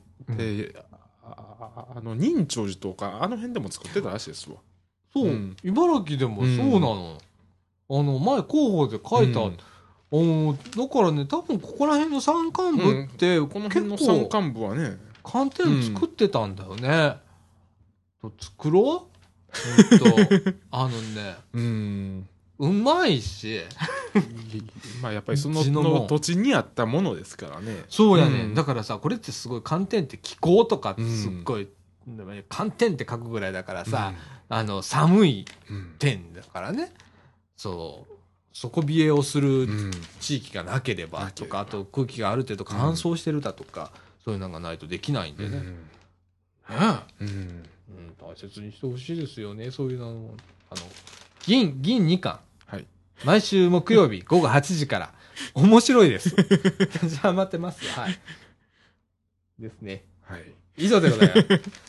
仁長寺とか、あの辺でも作ってたらしいですわ。 そう、茨城でもそうなの。前広報で書いた、だからね、多分ここら辺の山間部って、 この辺の山間部はね、 寒天作ってたんだよね。作ろううまいし。 まあやっぱりその土地にあったものですからね。 そうやね。だからさ、これってすごい寒天って気候とかってすっごい、寒天って書くぐらいだからさ、寒い天だからね。そう。底冷えをする地域がなければとか、あと空気がある程度乾燥してるだとか、そういうのがないとできないんでね。大切にしてほしいですよね、そういうの。銀2巻。 はい。 毎週木曜日午後8時から。面白いです。じゃあ待ってます。はい。ですね。 はい。 以上でございます。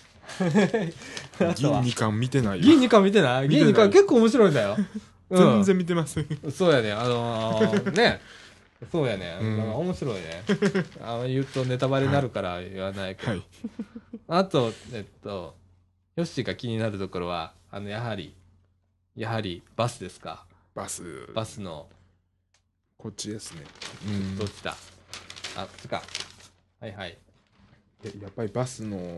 銀2巻見てないよ。 銀2巻見てない銀2巻結構面白いんだよ。 全然見てません。 そうやね。ね。そうやね。面白いね。言うとネタバレになるから言わないけど。あと、ヨッシーが気になるところは、やはりバスですか。バスの。 こっちですね。 どっちだ。こっちか。はいはい。 やっぱりバスの、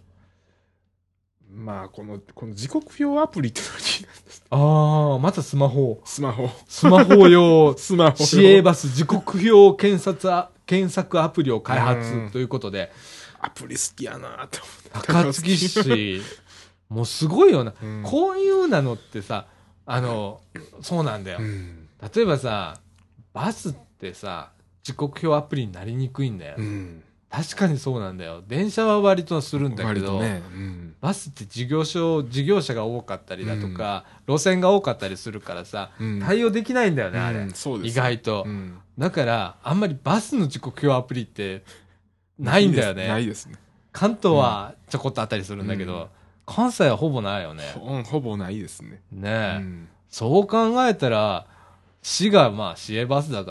まあこの時刻表アプリってのが気になるんです。 またスマホ用市営バス時刻表検索アプリを開発ということで、 アプリ好きやなって思って。 高槻市もうすごいよな、こういうなのってさ、そうなんだよ、例えばさ、バスってさ時刻表アプリになりにくいんだよ、確かにそうなんだよ。電車は割とするんだけど、バスって事業者が多かったりだとか、路線が多かったりするからさ、対応できないんだよね、あれ。意外と。だから、あんまりバスの時刻表アプリってないんだよね。 ないですね。 関東はちょこっとあったりするんだけど、関西はほぼないよね。 ほぼないですね。 ねえ。そう考えたら、市がまあ市営バスだから、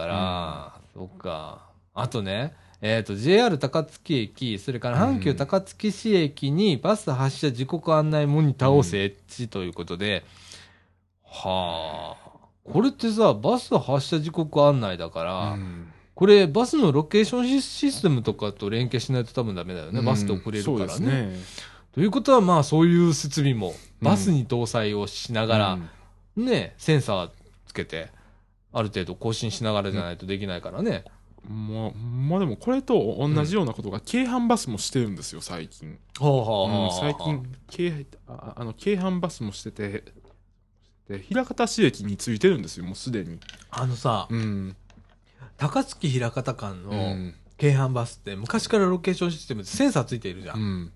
そっか。あとね、JR 高槻駅、それから阪急高槻市駅にバス発車時刻案内モニターを設置ということで、これってさ、バス発車時刻案内だから、これバスのロケーションシステムとかと連携しないと多分ダメだよね。バスで送れるからね。そうですね。ということはまあそういう設備もバスに搭載をしながら、ね、センサーつけて、ある程度更新しながらじゃないとできないからね。 まあでもこれと同じようなことが京阪バスもしてるんですよ、最近。最近京阪バスもしてて、枚方市駅についてるんですよ、もうすでに。 高槻枚方間の京阪バスって昔からロケーションシステムでセンサーついているじゃん。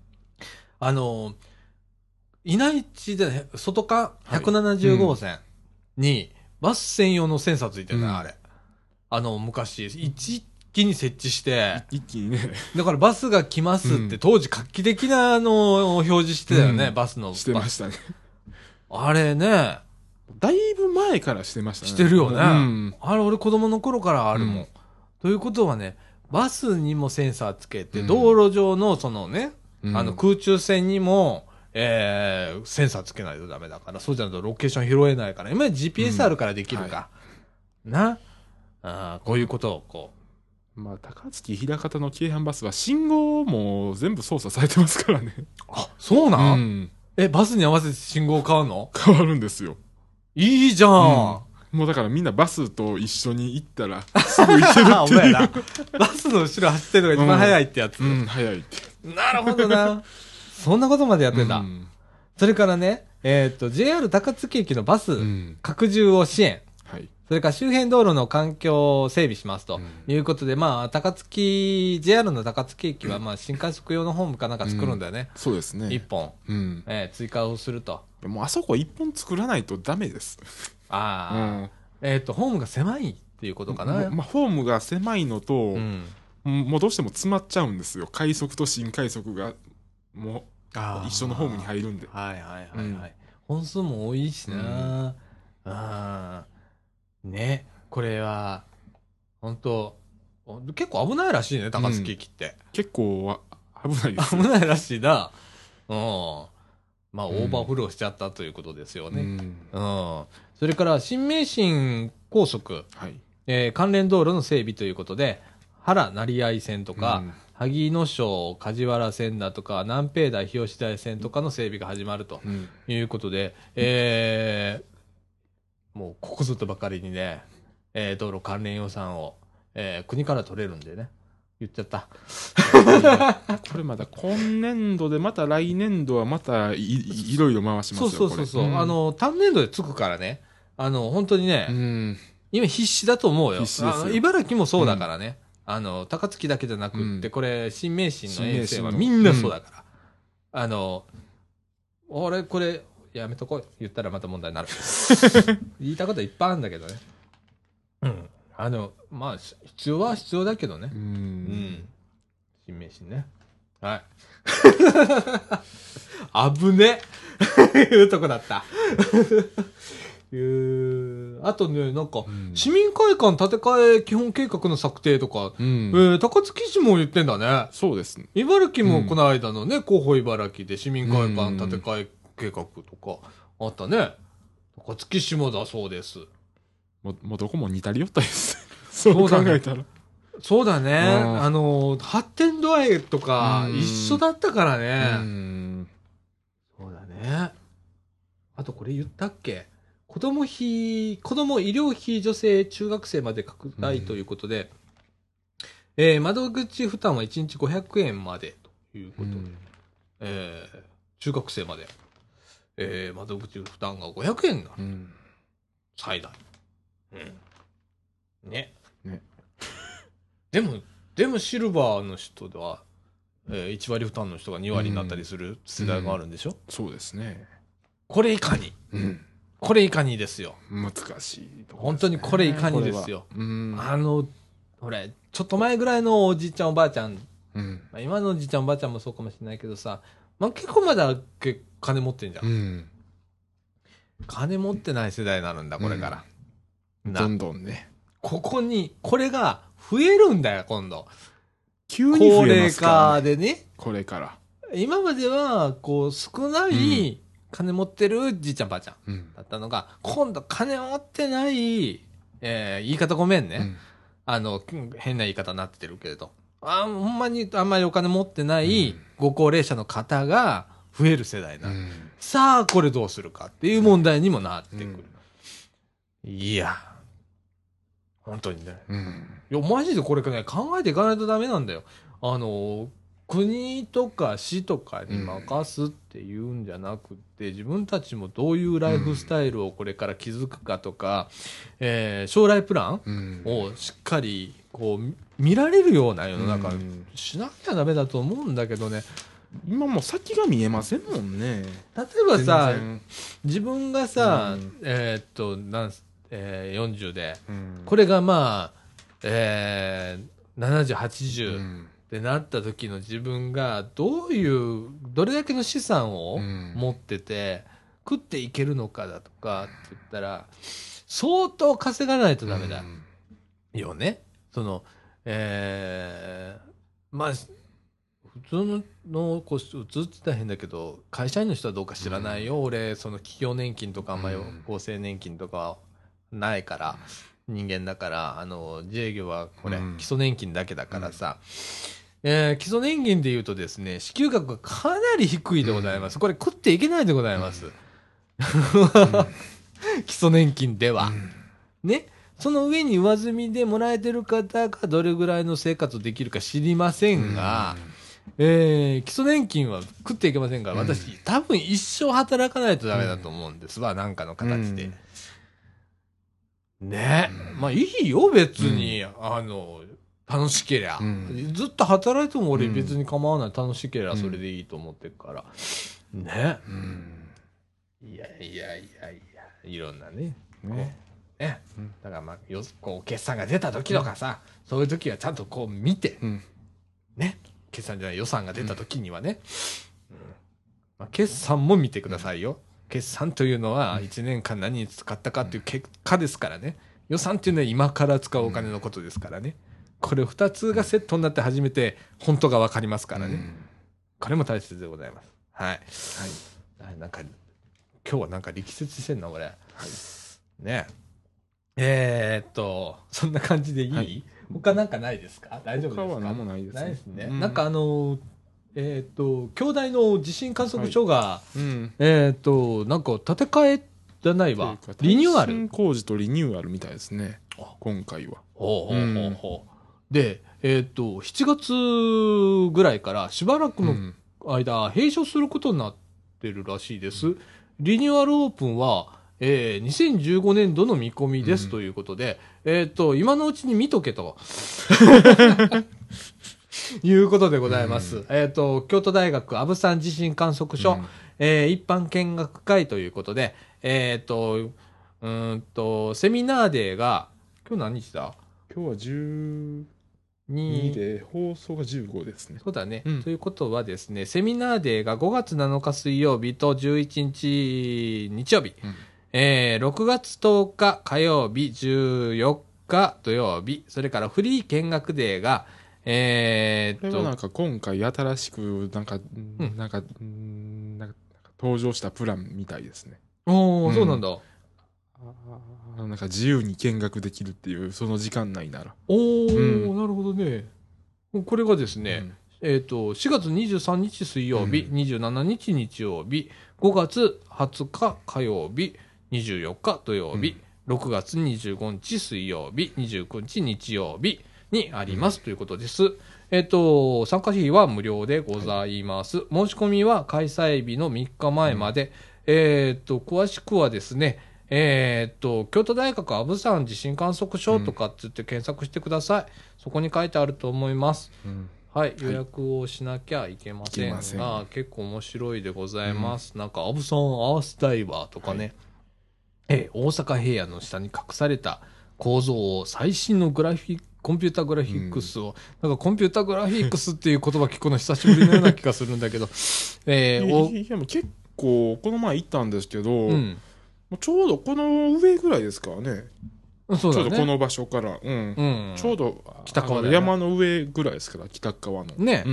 稲市で外間170号線にバス専用のセンサーついてるね、あれ。昔、一気に設置して、 一気にね。 だからバスが来ますって当時画期的な表示してたよね、バスの。 してましたね。 あれね。 だいぶ前からしてましたね。 してるよね。あれ俺子供の頃からあるもん。ということはね、バスにもセンサーつけて、道路上のそのね、空中線にも、センサーつけないとダメだから、そうじゃないとロケーション拾えないから、今 GPS あるからできるか。な。こういうことをこう。まあ、高槻枚方の京阪バスは信号も全部操作されてますからね。 そうなん？バスに合わせて信号変わるの？ 変わるんですよ。 いいじゃん。 もうだからみんなバスと一緒に行ったらすぐ行けるおっていう。 前な。バスの後ろ走ってるのが一番早いってやつ。 早いって。 なるほどな。そんなことまでやってんだ。それからね、JR 高槻駅のバス拡充を支援。 はい。 それから周辺道路の環境を整備しますということで、まあ、JR の高槻駅は、まあ、新快速用のホームかなんか作るんだよね。 そうですね。 一本、追加をすると。 もうあそこ一本作らないとダメです。 ああ、ホームが狭いっていうことかな。 まあ、ホームが狭いのと、もうどうしても詰まっちゃうんですよ。快速と新快速が、もう、一緒のホームに入るんで。 はいはいはいはい。本数も多いしな。ね、これは、本当結構危ないらしいね、高槻駅って。 結構危ないです。 危ないらしいな。まあ、オーバーフローしちゃったということですよね。それから、新名神高速、関連道路の整備ということで、原成合線とか、萩野省梶原線だとか、南平台日吉台線とかの整備が始まるということで、もうここぞとばかりにね、道路関連予算を、国から取れるんでね。言っちゃった。 これまだ今年度で、また来年度はまたいろいろ回しますよ。 そう。単年度でつくからね。本当にね、今必死だと思うよ。茨城もそうだからね。高槻だけじゃなくって、これ、新名神の沿線はみんなそうだから。俺、これ、やめとこう。言ったらまた問題になる。言いたこといっぱいあるんだけどね。まあ、必要は必要だけどね。新名神ね。はい。危ねいうとこだった。あとね、なんか、市民会館建て替え基本計画の策定とか、高槻市も言ってんだね。 そうですね。 茨城もこの間のね、広報茨城で市民会館建て替え計画とかあったね。高槻市もだそうです。 もうどこも似たり寄ったです。そう考えたら。 そうだね。発展度合いとか一緒だったからね。そうだね。あとこれ言ったっけ？子供医療費助成中学生まで拡大ということで、窓口負担は1日500円までということで、中学生まで、窓口負担が500円になる。最大。ね。でもシルバーの人では、1割負担の人が2割になったりする世代があるんでしょ？ そうですね。 これいかに。これいかにですよ。 難しいところですね。 本当にこれいかにですよ。ほれ、ちょっと前ぐらいのおじいちゃんおばあちゃん、今のおじいちゃんおばあちゃんもそうかもしれないけどさ、結構まだ金持ってんじゃん。金持ってない世代になるんだ、これから。 どんどんね。 これが増えるんだよ、今度。 急に増えますからね。 高齢化でね。 これから。 今までは、少ない、金持ってるじいちゃんばあちゃんだったのが、今度金持ってない、言い方ごめんね。変な言い方になってるけれど。ほんまにあんまりお金持ってないご高齢者の方が増える世代な。さあ、これどうするかっていう問題にもなってくる。いや、本当にね。いや、マジでこれね、考えていかないとダメなんだよ。国とか市とかに任すっていうんじゃなくて、自分たちもどういうライフスタイルをこれから築くかとか、将来プランをしっかり見られるような世の中にしなきゃダメだと思うんだけどね。 今もう先が見えませんもんね。 例えばさ、自分がさ、40で、これがまあ、70、80、ってなった時の自分がどれだけの資産を持ってて食っていけるのかだとかって言ったら相当稼がないとダメだよね。まあ普通の普通って言ったら変だけど会社員の人はどうか知らないよ。俺企業年金とかあんまり厚生年金とかないから人間だから自営業はこれ基礎年金だけだからさ。基礎年金でいうとですね、支給額がかなり低いでございます。これ食っていけないでございます。 基礎年金では。ね。その上に上積みでもらえてる方がどれぐらいの生活できるか知りませんが、基礎年金は食っていけませんから、私、多分一生働かないとダメだと思うんですわ、なんかの形で。ね。まあいいよ、別に。楽しけりゃ。ずっと働いても俺別に構わない。楽しけりゃそれでいいと思ってるから。ね。いやいやいやいや、いろんなね。ね。だからまあ、こう、決算が出た時とかさ、そういう時はちゃんとこう見て、ね。決算じゃない予算が出た時にはね。まあ、決算も見てくださいよ。決算というのは1年間何に使ったかっていう結果ですからね。予算っていうのは今から使うお金のことですからね。これ2つがセットになって初めて本当が分かりますからね。これも大切でございます。はい。なんか、今日はなんか力説してんな、俺。ね。そんな感じでいい？他なんかないですか？大丈夫ですか？ 他は何もないですね。 ないですね。なんか兄弟の地震観測所が、なんか建て替えじゃないわ。リニューアル。 耐震工事とリニューアルみたいですね。今回は。 で、7月ぐらいからしばらくの間、閉所することになってるらしいです。リニューアルオープンは、2015年度の見込みですということで、今のうちに見とけと。いうことでございます。京都大学阿部山地震観測所、一般見学会ということで、セミナーデーが、今日何日だ？ 今日は12で、放送が15ですね。 そうだね。ということはですね、セミナーデーが5月7日水曜日と11日日曜日、6月10日火曜日、14日土曜日、それからフリー見学デーが、 これはなんか今回新しくなんか登場したプランみたいですね。 そうなんだ。 なんか自由に見学できるっていうその時間内なら。なるほどね。これがですね、4月23日水曜日、27日日曜日、5月20日火曜日、24日土曜日、6月25日水曜日、29日日曜日にありますということです。参加費は無料でございます。申し込みは開催日の3日前まで。詳しくはですね、京都大学阿部山地震観測所とかって言って検索してください。そこに書いてあると思います。はい、予約をしなきゃいけませんが、結構面白いでございます。なんか、阿部山アースダイバーとかね、大阪平野の下に隠された構造を最新のコンピュータグラフィックスを、なんかコンピュータグラフィックスっていう言葉聞くの久しぶりのような気がするんだけど、 いやもう結構、この前行ったんですけど、ちょうどこの上ぐらいですからね。 そうだね。 ちょうどこの場所から、ちょうど北側山の上ぐらいですから、北側の。 ね。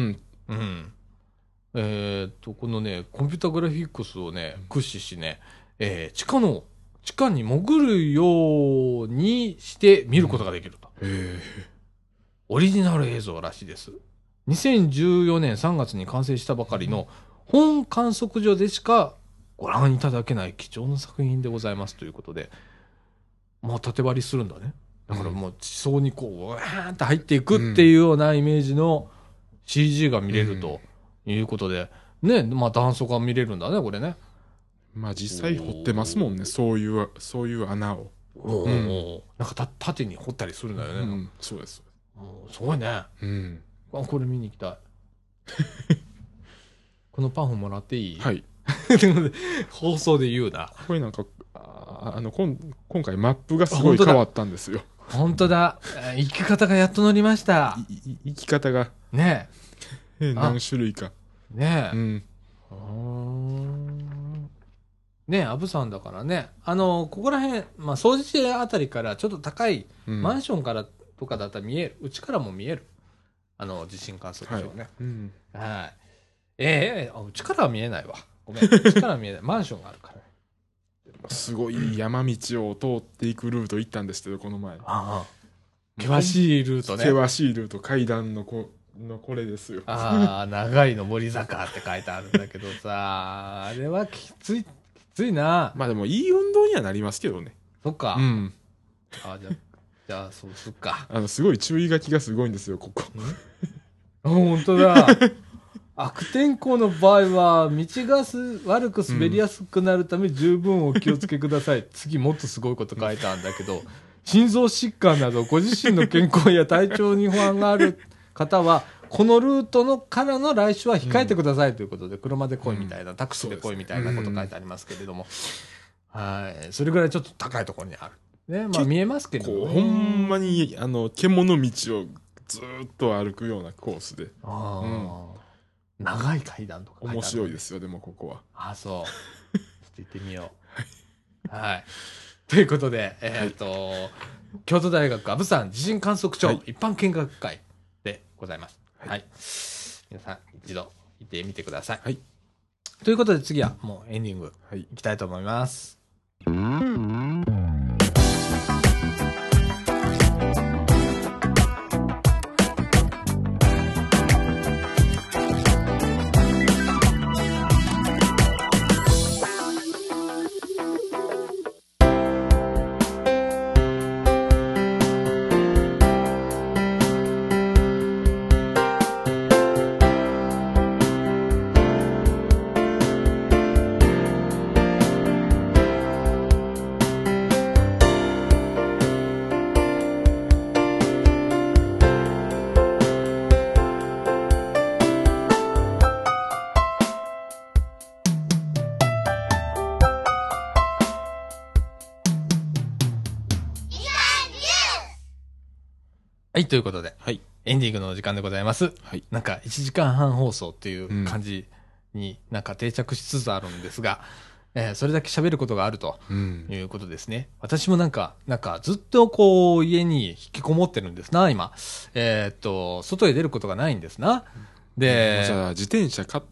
このね、コンピュータグラフィックスをね、駆使しね、地下に潜るようにして見ることができると。オリジナル映像らしいです。2014年3月に完成したばかりの本観測所でしかご覧いただけない貴重な作品でございますということで、まあ縦張りするんだね。だからもう地層にこう、わーって入っていくっていうようなイメージの CG が見れるということで、ね、まあ断層が見れるんだね、これね。まあ実際掘ってますもんね、そういう穴を。 なんか縦に掘ったりするんだよね。 そうです。 すごいね。これ見に行きたい。このパンフもらっていい？ はい。 放送で言うな。 これなんか、今回マップがすごい変わったんですよ。 本当だ。生き方がやっと乗りました。 生き方が。 ねえ。何種類か。 ねえ。ねえ、阿部さんだからね。ここら辺、まあ、掃除地あたりからちょっと高いマンションからとかだったら見える。うちからも見える。地震観測所ね。はい。うちからは見えないわ。ごめん。うちからは見えない。マンションがあるからね。 すごい山道を通っていくルート行ったんですけど、この前。 険しいルートね。 険しいルート、階段のこれですよ。 長い上り坂って書いてあるんだけどさ、あれはきついついな。 まあでもいい運動にはなりますけどね。 そっか。 うん。 じゃあ、そうすっか。 すごい注意書きがすごいんですよ、ここ。 本当だ。悪天候の場合は、道が悪く滑りやすくなるため十分お気をつけください。次もっとすごいこと書いたんだけど、心臓疾患などご自身の健康や体調に不安がある方は、このルートからの来週は控えてくださいということで、車で来いみたいな、タクシーで来いみたいなこと書いてありますけれども、はい。それぐらいちょっと高いところにある。ね、まあ見えますけどね。 ほんまに、獣道をずーっと歩くようなコースで。 長い階段とか書いてある。 面白いですよ、でもここは。 あ、そう。ちょっと行ってみよう。はい。ということで、京都大学阿部山地震観測所、一般見学会でございます。はい。皆さん、一度行ってみてください。 はい。 ということで次はもうエンディングいきたいと思います。はい、ということで、 はい。 エンディングの時間でございます。 はい。 なんか1時間半放送っていう感じになんか定着しつつあるんですが、それだけ喋ることがあるということですね。私もなんかずっとこう家に引きこもってるんですな、今。外へ出ることがないんですな。で、 じゃあ自転車買って、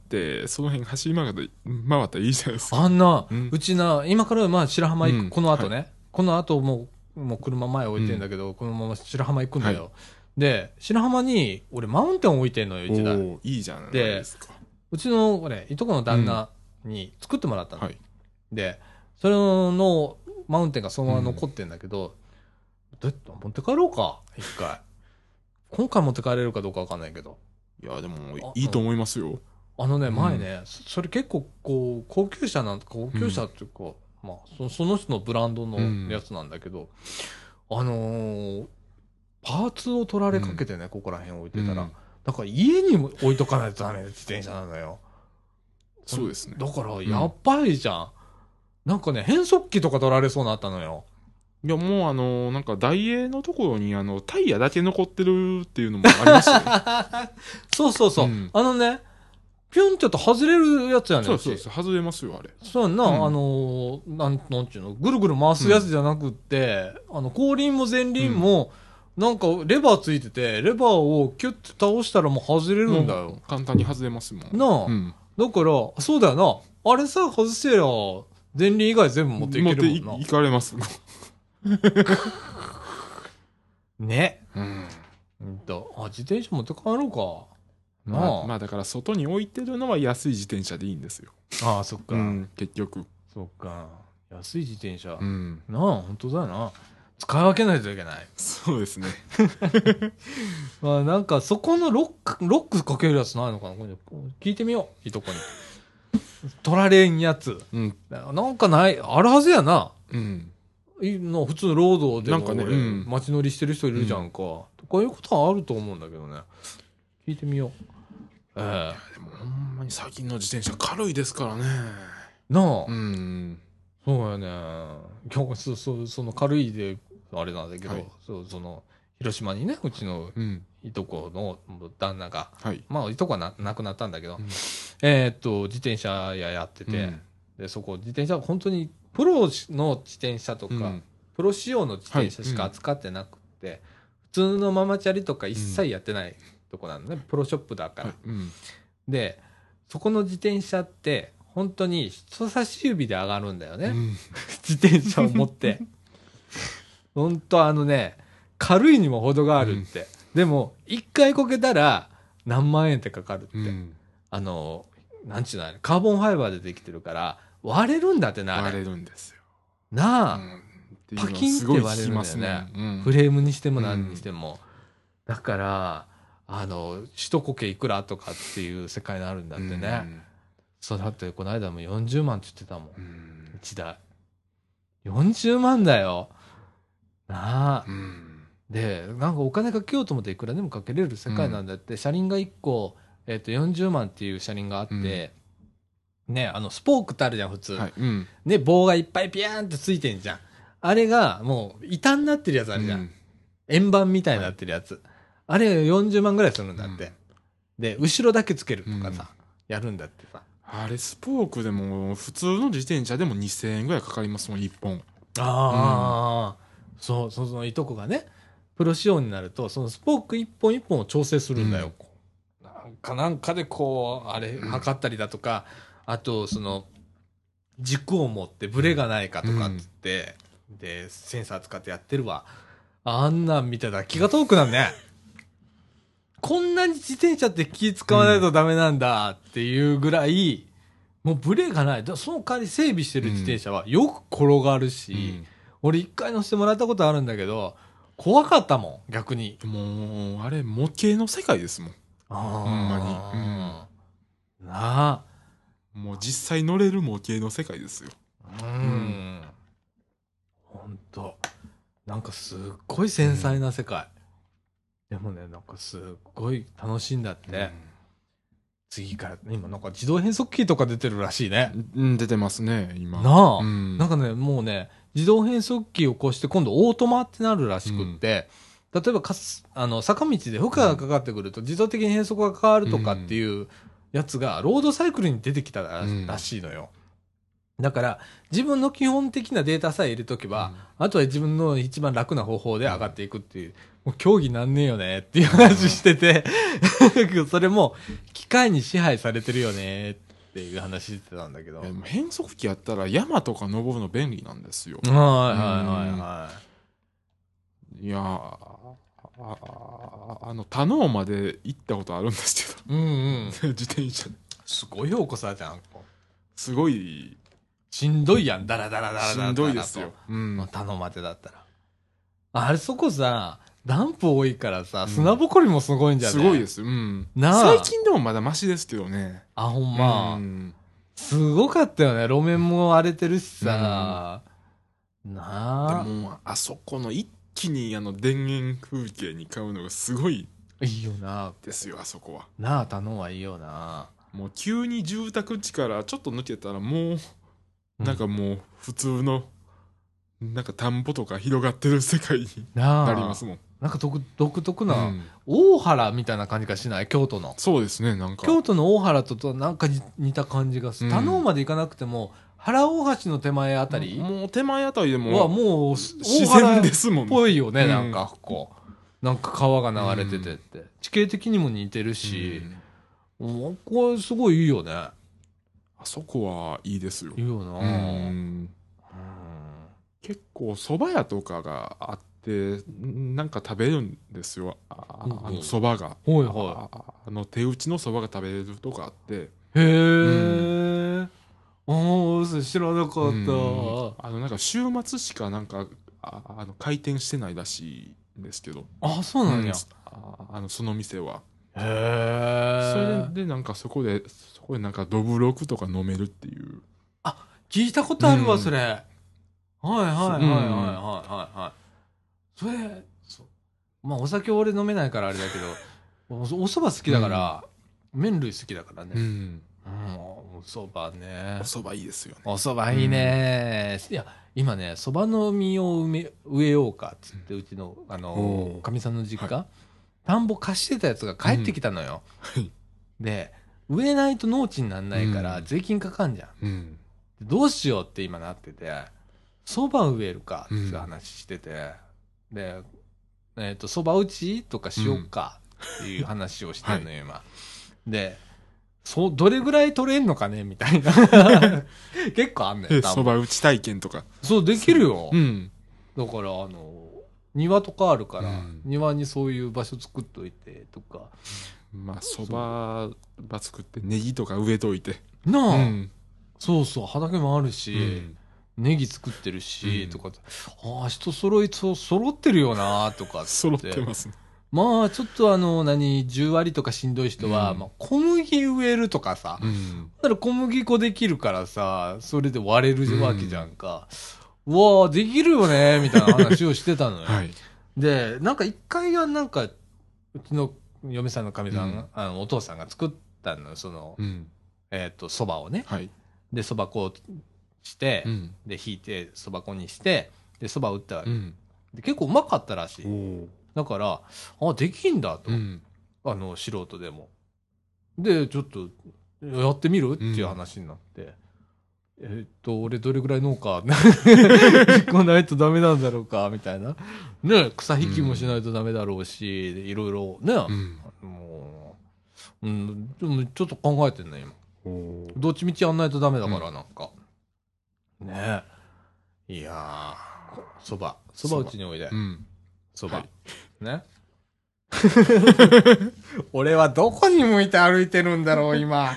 その辺走り回ったらいいじゃないですか。 あんな、うちな、今からまあ白浜行く、この後ね、 はい、 この後もう車前置いてんだけど、このまま白浜行くんだよ。はい、で、白浜に、俺マウンテン置いてんのよ、一台。 いいじゃないですか。 うちの、いとこの旦那に作ってもらったの。はい、で、それのマウンテンがそのまま残ってんだけど、どうやって持って帰ろうか、一回。今回持って帰れるかどうかわかんないけど。 いや、でも、いいと思いますよ。 前ね、それ結構、こう、高級車っていうか、まあ、その人のブランドのやつなんだけど、パーツを取られかけてね、ここら辺置いてたら、だから家に置いとかないとダメな自転車なのよ。 そうですね。 だから、やっばいじゃん。なんかね、変速機とか取られそうになったのよ。 いや、もうなんか、ダイエーのところにタイヤだけ残ってるっていうのもありますよね。 そうそうそう。ピュンちょっと外れるやつやねん。 そうそうそう、外れますよ、あれ。 そうやんな、なんちゅうの、ぐるぐる回すやつじゃなくって、後輪も前輪も、なんかレバーついてて、レバーをキュッて倒したらもう外れるんだよ。 簡単に外れますもん。 なあ、だから、そうだよな。あれさ、外せりゃ、前輪以外全部持っていけるもんな。 持っていかれます。 ね。自転車持って帰ろうか。 まあだから外に置いてるのは安い自転車でいいんですよ。 ああ、そっか。 結局。 そっか。安い自転車。 なあ、本当だよな。使い分けないといけない。 そうですね。 まあなんかそこのロックかけるやつないのかな、聞いてみよう、いとこに。取られんやつ。なんかない、あるはずやな。普通のロードでも街乗りしてる人いるじゃんか。とかいうことはあると思うんだけどね。聞いてみよう。 でもほんまに最近の自転車軽いですからね。 なあ。そうやね。今日その軽いであれなんだけど、その広島にね、うちのいとこの旦那が、まあいとこは亡くなったんだけど、自転車屋やってて、でそこ自転車本当にプロの自転車とか、プロ仕様の自転車しか扱ってなくて、普通のママチャリとか一切やってないとこなのね、プロショップだから。で、そこの自転車って、本当に人差し指で上がるんだよね。自転車を持って。本当軽いにも程があるって。でも、一回こけたら何万円ってかかるって。なんちゅうの、カーボンファイバーでできてるから、 割れるんだってな、あれ。 割れるんですよ。 なあ、 っていうのはパキンってすごい割れるんだよ聞きますね。 ね。 フレームにしても何にしても。だから、一コケいくらとかっていう世界になるんだってね。そうだって、この間も40万って言ってたもん。1台。40万だよ。なあ。で、なんかお金かけようと思っていくらでもかけれる世界なんだって、車輪が1個、40万っていう車輪があって、ね、スポークってあるじゃん、普通。 はい。 ね、棒がいっぱいピヤーンってついてんじゃん。あれが、もう、板になってるやつあるじゃん。円盤みたいになってるやつ。あれ40万ぐらいするんだって。で、後ろだけつけるとかさ、やるんだってさ。 あれ、スポークでも、普通の自転車でも2000円ぐらいかかりますもん、1本。 ああ、そう、そのいとこがね、プロ仕様になると、そのスポーク一本一本を調整するんだよ。なんかでこう、あれ、測ったりだとか、あと、軸を持ってブレがないかとかって言って、で、センサー使ってやってるわ。あんなん見てたら気が遠くなるね。こんなに自転車って気使わないとダメなんだっていうぐらい、もうブレがない。その代わり整備してる自転車はよく転がるし、俺一回乗せてもらったことあるんだけど、怖かったもん、逆に。 もう、あれ、模型の世界ですもん。ほんまに。なあ。 もう実際乗れる模型の世界ですよ。 ほんと。なんかすっごい繊細な世界。でもね、なんかすっごい楽しいんだって。次から、今なんか自動変速機とか出てるらしいね。 出てますね、今。 なあ。なんかね、もうね、自動変速機をこうして今度オートマってなるらしくって、例えば坂道で負荷がかかってくると自動的に変速が変わるとかっていうやつがロードサイクルに出てきたらしいのよ。だから自分の基本的なデータさえ入れとけば、あとは自分の一番楽な方法で上がっていくっていう、もう競技なんねえよねっていう話してて、それも機械に支配されてるよねっていう話してたんだけど。 変速機やったら山とか登るの便利なんですよ。 はい。 いや田能まで行ったことあるんですけど。自転車。 すごいよこさじゃん。 すごい。 しんどいやん、ダラダラダラダラ。 しんどいですよ。 田能までだったら。あれそこさ、ダンプ多いからさ、砂ぼこりもすごいんじゃね。 すごいです。最近でもまだマシですけどね。 あ、ほんま。すごかったよね。路面も荒れてるしさ。なあ。 でも、あそこの一気に田園風景に買うのがすごい。 いいよな。 ですよ、あそこは。 なあ、田能はいいよな。 もう急に住宅地からちょっと抜けたらもう、なんかもう普通の、なんか田んぼとか広がってる世界になりますもん。 なんか独特な、大原みたいな感じがしない？京都の。 そうですね、なんか。 京都の大原となんか似た感じがする。田能まで行かなくても、原大橋の手前あたりもう手前あたりでも、 もう自然ですもんね。 っぽいよね、なんかこう。なんか川が流れててって。地形的にも似てるし、これすごいいいよね。あそこはいいですよ。 いいよな。 結構蕎麦屋とかがあって、なんか食べるんですよ。蕎麦が。手打ちの蕎麦が食べれるとかあって。 へー。知らなかった。 なんか週末しかなんか、開店してないらしいんですけど。 あ、そうなんや。 その店は。 へー。 それでなんかそこでなんかどぶろくとか飲めるっていう。 あ、聞いたことあるわ、それ。はい。それ、まあお酒俺飲めないからあれだけど、お蕎麦好きだから、麺類好きだからね。お蕎麦ね。 お蕎麦いいですよね。 お蕎麦いいね。いや、今ね、蕎麦の実を植えようかっつって、うちの、かみさんの実家、田んぼ貸してたやつが帰ってきたのよ。で、植えないと農地にならないから税金かかんじゃん。どうしようって今なってて、蕎麦植えるかって話してて、で、蕎麦打ちとかしよっかっていう話をしてんのよ、今。で、どれぐらい取れんのかねみたいな。結構あんねん。 蕎麦打ち体験とか。 そう、できるよ。だから、庭とかあるから、庭にそういう場所作っといてとか。 まあ、蕎麦作ってネギとか植えといて。 なあ。 そうそう、畑もあるし、 うんネギ作ってるし、 うんとか、ああ、人揃ってるよな、とか揃ってますね。 まあ、ちょっと10割とかしんどい人は、 うんまあ、小麦植えるとかさ、 うんだから小麦粉できるからさ、それで割れるわけじゃんか。うわあ、できるよね、みたいな話をしてたのよ。 はい。 で、なんか一回はなんか、うちの嫁さんのかみさんが、 うんお父さんが作ったのよ、 うん蕎麦をね。 はい。 で、蕎麦粉をして、 うんで、引いて、蕎麦粉にして、で、蕎麦打ったわけ、 うんで、結構うまかったらしい。 おーだから、あ、できんだと。 うん素人でも。で、ちょっと、やってみるっていう話になって。俺どれぐらい農家引っこないとダメなんだろうか、みたいな。ね、草引きもしないとダメだろうし、いろいろね、 うんもう、でもちょっと考えてんね、今。 おーどっちみちやんないとダメだから、なんか。ねいやー、そばうちにおいでう。んそば。 はいね。俺はどこに向いて歩いてるんだろう、今。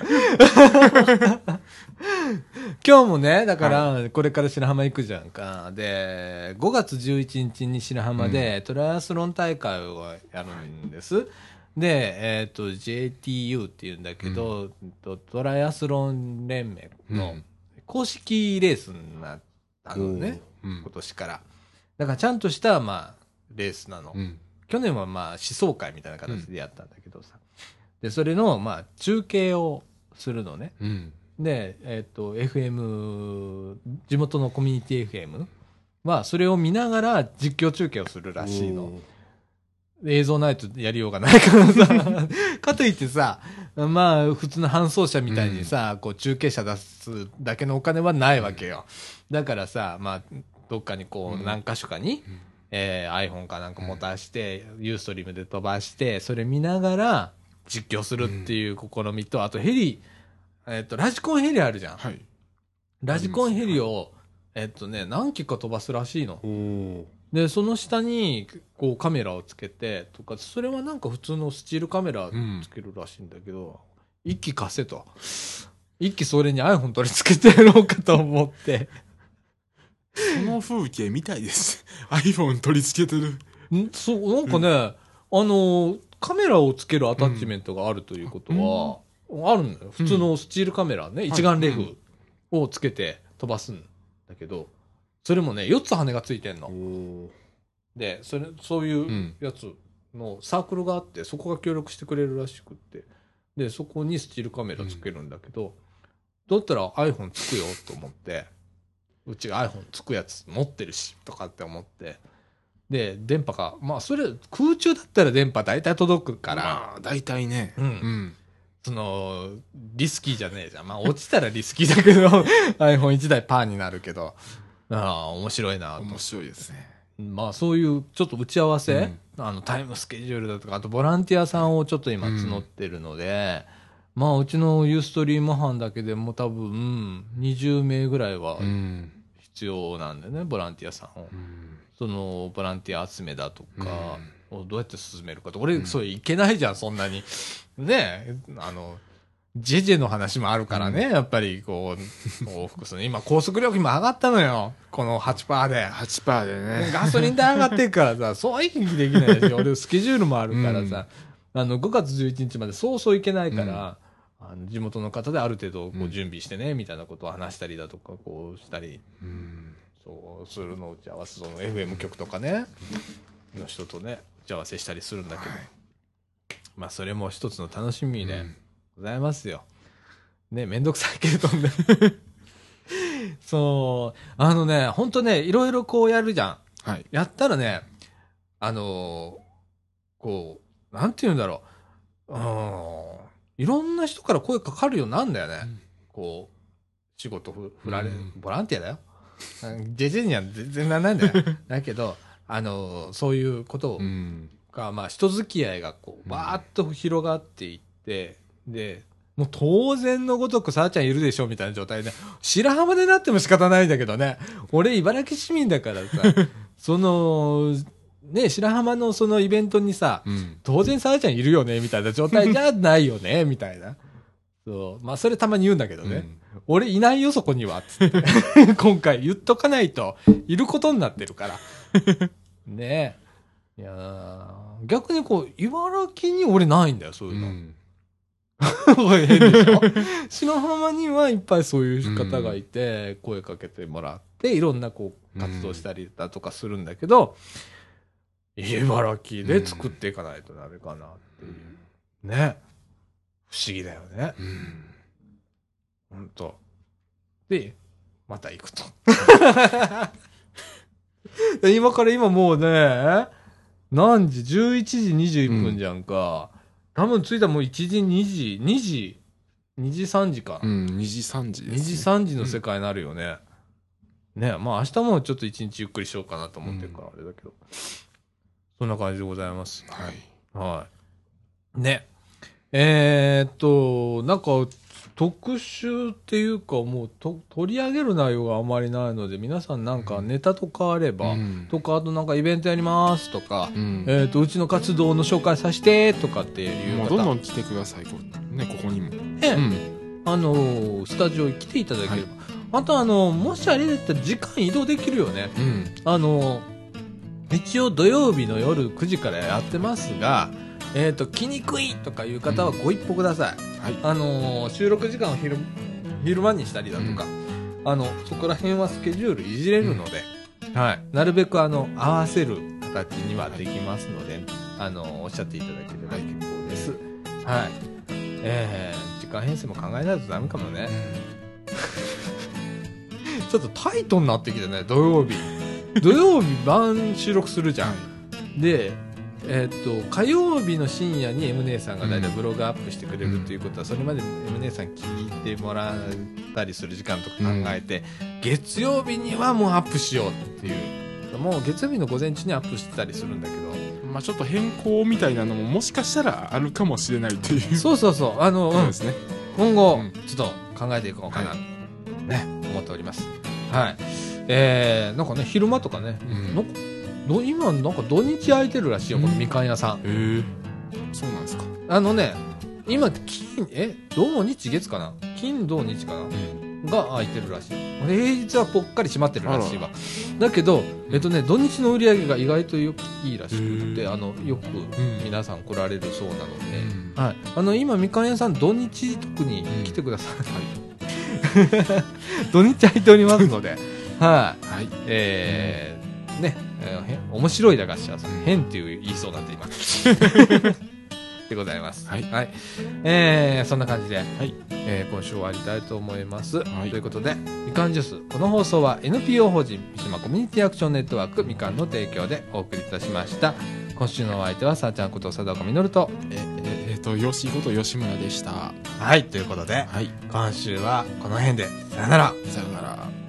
今日もね、だから、これから白浜行くじゃんか。で、5月11日に白浜でトライアスロン大会をやるんです。で、JTU っていうんだけど、トライアスロン連盟の公式レースになったのね、 うん今年から。だからちゃんとした、まあ、レースなの。 うん去年はまあ思想会みたいな形でやったんだけどさ、でそれのまあ中継をするのね。 うんでFM 地元のコミュニティ FM はそれを見ながら実況中継をするらしいの。で映像ないとやりようがないからさかといってさまあ普通の搬送車みたいにさ、こう中継車出すだけのお金はないわけよ。だからさまあどっかにこう何か所かに、iPhone かなんか持たして、ユーストリームで飛ばして、それ見ながら実況するっていう試みと、あとヘリ、ラジコンヘリあるじゃん。 はいラジコンヘリを、何機か飛ばすらしいの。 おーで、その下に、こうカメラをつけて、とか、それはなんか普通のスチールカメラつけるらしいんだけど、一機貸せと。一機それに iPhone 取り付けてやろうかと思って。 その風景見たいです。iPhone 取り付けてる。 そう、なんかね、カメラをつけるアタッチメントがあるということは、あるんだよ。普通のスチールカメラね、一眼レフをつけて飛ばすんだけど、それもね、4つ羽がついてんの。で、そういうやつのサークルがあって、そこが協力してくれるらしくって、で、そこにスチールカメラつけるんだけど、だったら iPhone つくよと思って、うちが iPhone つくやつ持ってるし、とかって思って。で、電波が、まあ、それ、空中だったら電波大体届くから、 まあ、大体ね。 うんリスキーじゃねえじゃん。まあ、落ちたらリスキーだけど、iPhone1 台パーになるけど、面白いなと。 面白いですね。 まあ、そういう、ちょっと打ち合わせ、タイムスケジュールだとか、あとボランティアさんをちょっと今募ってるので、まあ、うちのユーストリーム班だけでも多分、20名ぐらいは必要なんでね、ボランティアさんを。その、ボランティア集めだとか、をどうやって進めるかと。俺、それいけないじゃん、そんなに。ねジェジェの話もあるからね、やっぱり、こう、往復する。今、高速料金も上がったのよ。この 8% で。 8%でね。 ガソリン代上がってるからさ、そういう気できないし、俺スケジュールもあるからさ、5月11日までそうそういけないから、地元の方である程度こう準備してね、みたいなことを話したりだとか、こうしたり、そうするのを打ち合わせ、その FM 局とかね、の人とね、打ち合わせしたりするんだけど、まあそれも一つの楽しみでございますよ。ね、めんどくさいけれどね。そう、ほんとね、いろいろこうやるじゃん。 はい。 やったらね、こう、なんて言うんだろう。いろんな人から声かかるようになるんだよね。こう、仕事振られる。ボランティアだよ。ジェジェには全然なんないんだよ。だけど、そういうことが、まあ、人付き合いがこう、バーッと広がっていって、で、もう当然のごとくさあちゃんいるでしょみたいな状態で、白浜でなっても仕方ないんだけどね。俺、茨城市民だからさ、ね、白浜のそのイベントにさ、当然さあちゃんいるよねみたいな状態じゃないよねみたいな。 そう。まあ、それたまに言うんだけどね。 うん俺いないよ、そこには。つって今回言っとかないと、いることになってるから。ねえ。いやー逆にこう、茨城に俺ないんだよ、そういうの。 うん変でしょ篠浜にはいっぱいそういう方がいて、声かけてもらって、いろんなこう、活動したりだとかするんだけど、茨城で作っていかないとダメかなっていう。ね。不思議だよね。 うんほんと。で、また行くと。今もうね、何時 ?11 時21分じゃんか。多分着いたらもう1時、2時、3時か。 2時3時 2時、 ですね。 3時の世界になるよね。ね、まあ明日もちょっと一日ゆっくりしようかなと思ってるから、あれだけど。そんな感じでございます。 はい。 はい。ね。なんか、特集っていうか、もう取り上げる内容があまりないので、皆さんなんかネタとかあれば、とか、あとなんかイベントやりますとか、うちの活動の紹介させてとかっていうもう方、 どんどん来てください。ここにも。 スタジオに来ていただければ。あともしあれだったら時間移動できるよね。一応土曜日の夜9時からやってますが、来にくいとかいう方はご一報ください。 はい。 収録時間を昼間にしたりだとか、そこら辺はスケジュールいじれるので、はい。なるべく合わせる形にはできますので、おっしゃっていただければ結構です。はい。時間編成も考えないとダメかもね。ちょっとタイトになってきてね、土曜日。土曜日晩収録するじゃん。で、火曜日の深夜に M 姉さんがだいたいブログアップしてくれるということは、それまで M 姉さん聞いてもらったりする時間とか考えて、月曜日にはもうアップしようっていう。もう月曜日の午前中にアップしてたりするんだけど、 まあちょっと変更みたいなのももしかしたらあるかもしれないという。 そう。 そうですね。 今後、 うんちょっと考えていこうかな、ね、思っております。はい。なんかね、昼間とかね、今なんか土日空いてるらしいよ、このみかん屋さん。 そうなんですか。 今、土日月かな、金土日かな、が空いてるらしい。平日はぽっかり閉まってるらしいわ。だけど、土日の売り上げが意外といいらしくて、よく皆さん来られるそうなので、はい。今、みかん屋さん土日特に来てください。土日空いておりますので、はい。面白い駄菓子屋さん、変っていう言いそうなんで今。でございます。はい。そんな感じで、今週終わりたいと思います。ということで、みかんジュース。この放送は NPO 法人三島コミュニティアクションネットワークみかんの提供でお送りいたしました。今週のお相手はさあちゃんこと佐岡みのると、 よしこと吉村でした。 はい、ということで、今週はこの辺で、さよなら。 さよなら。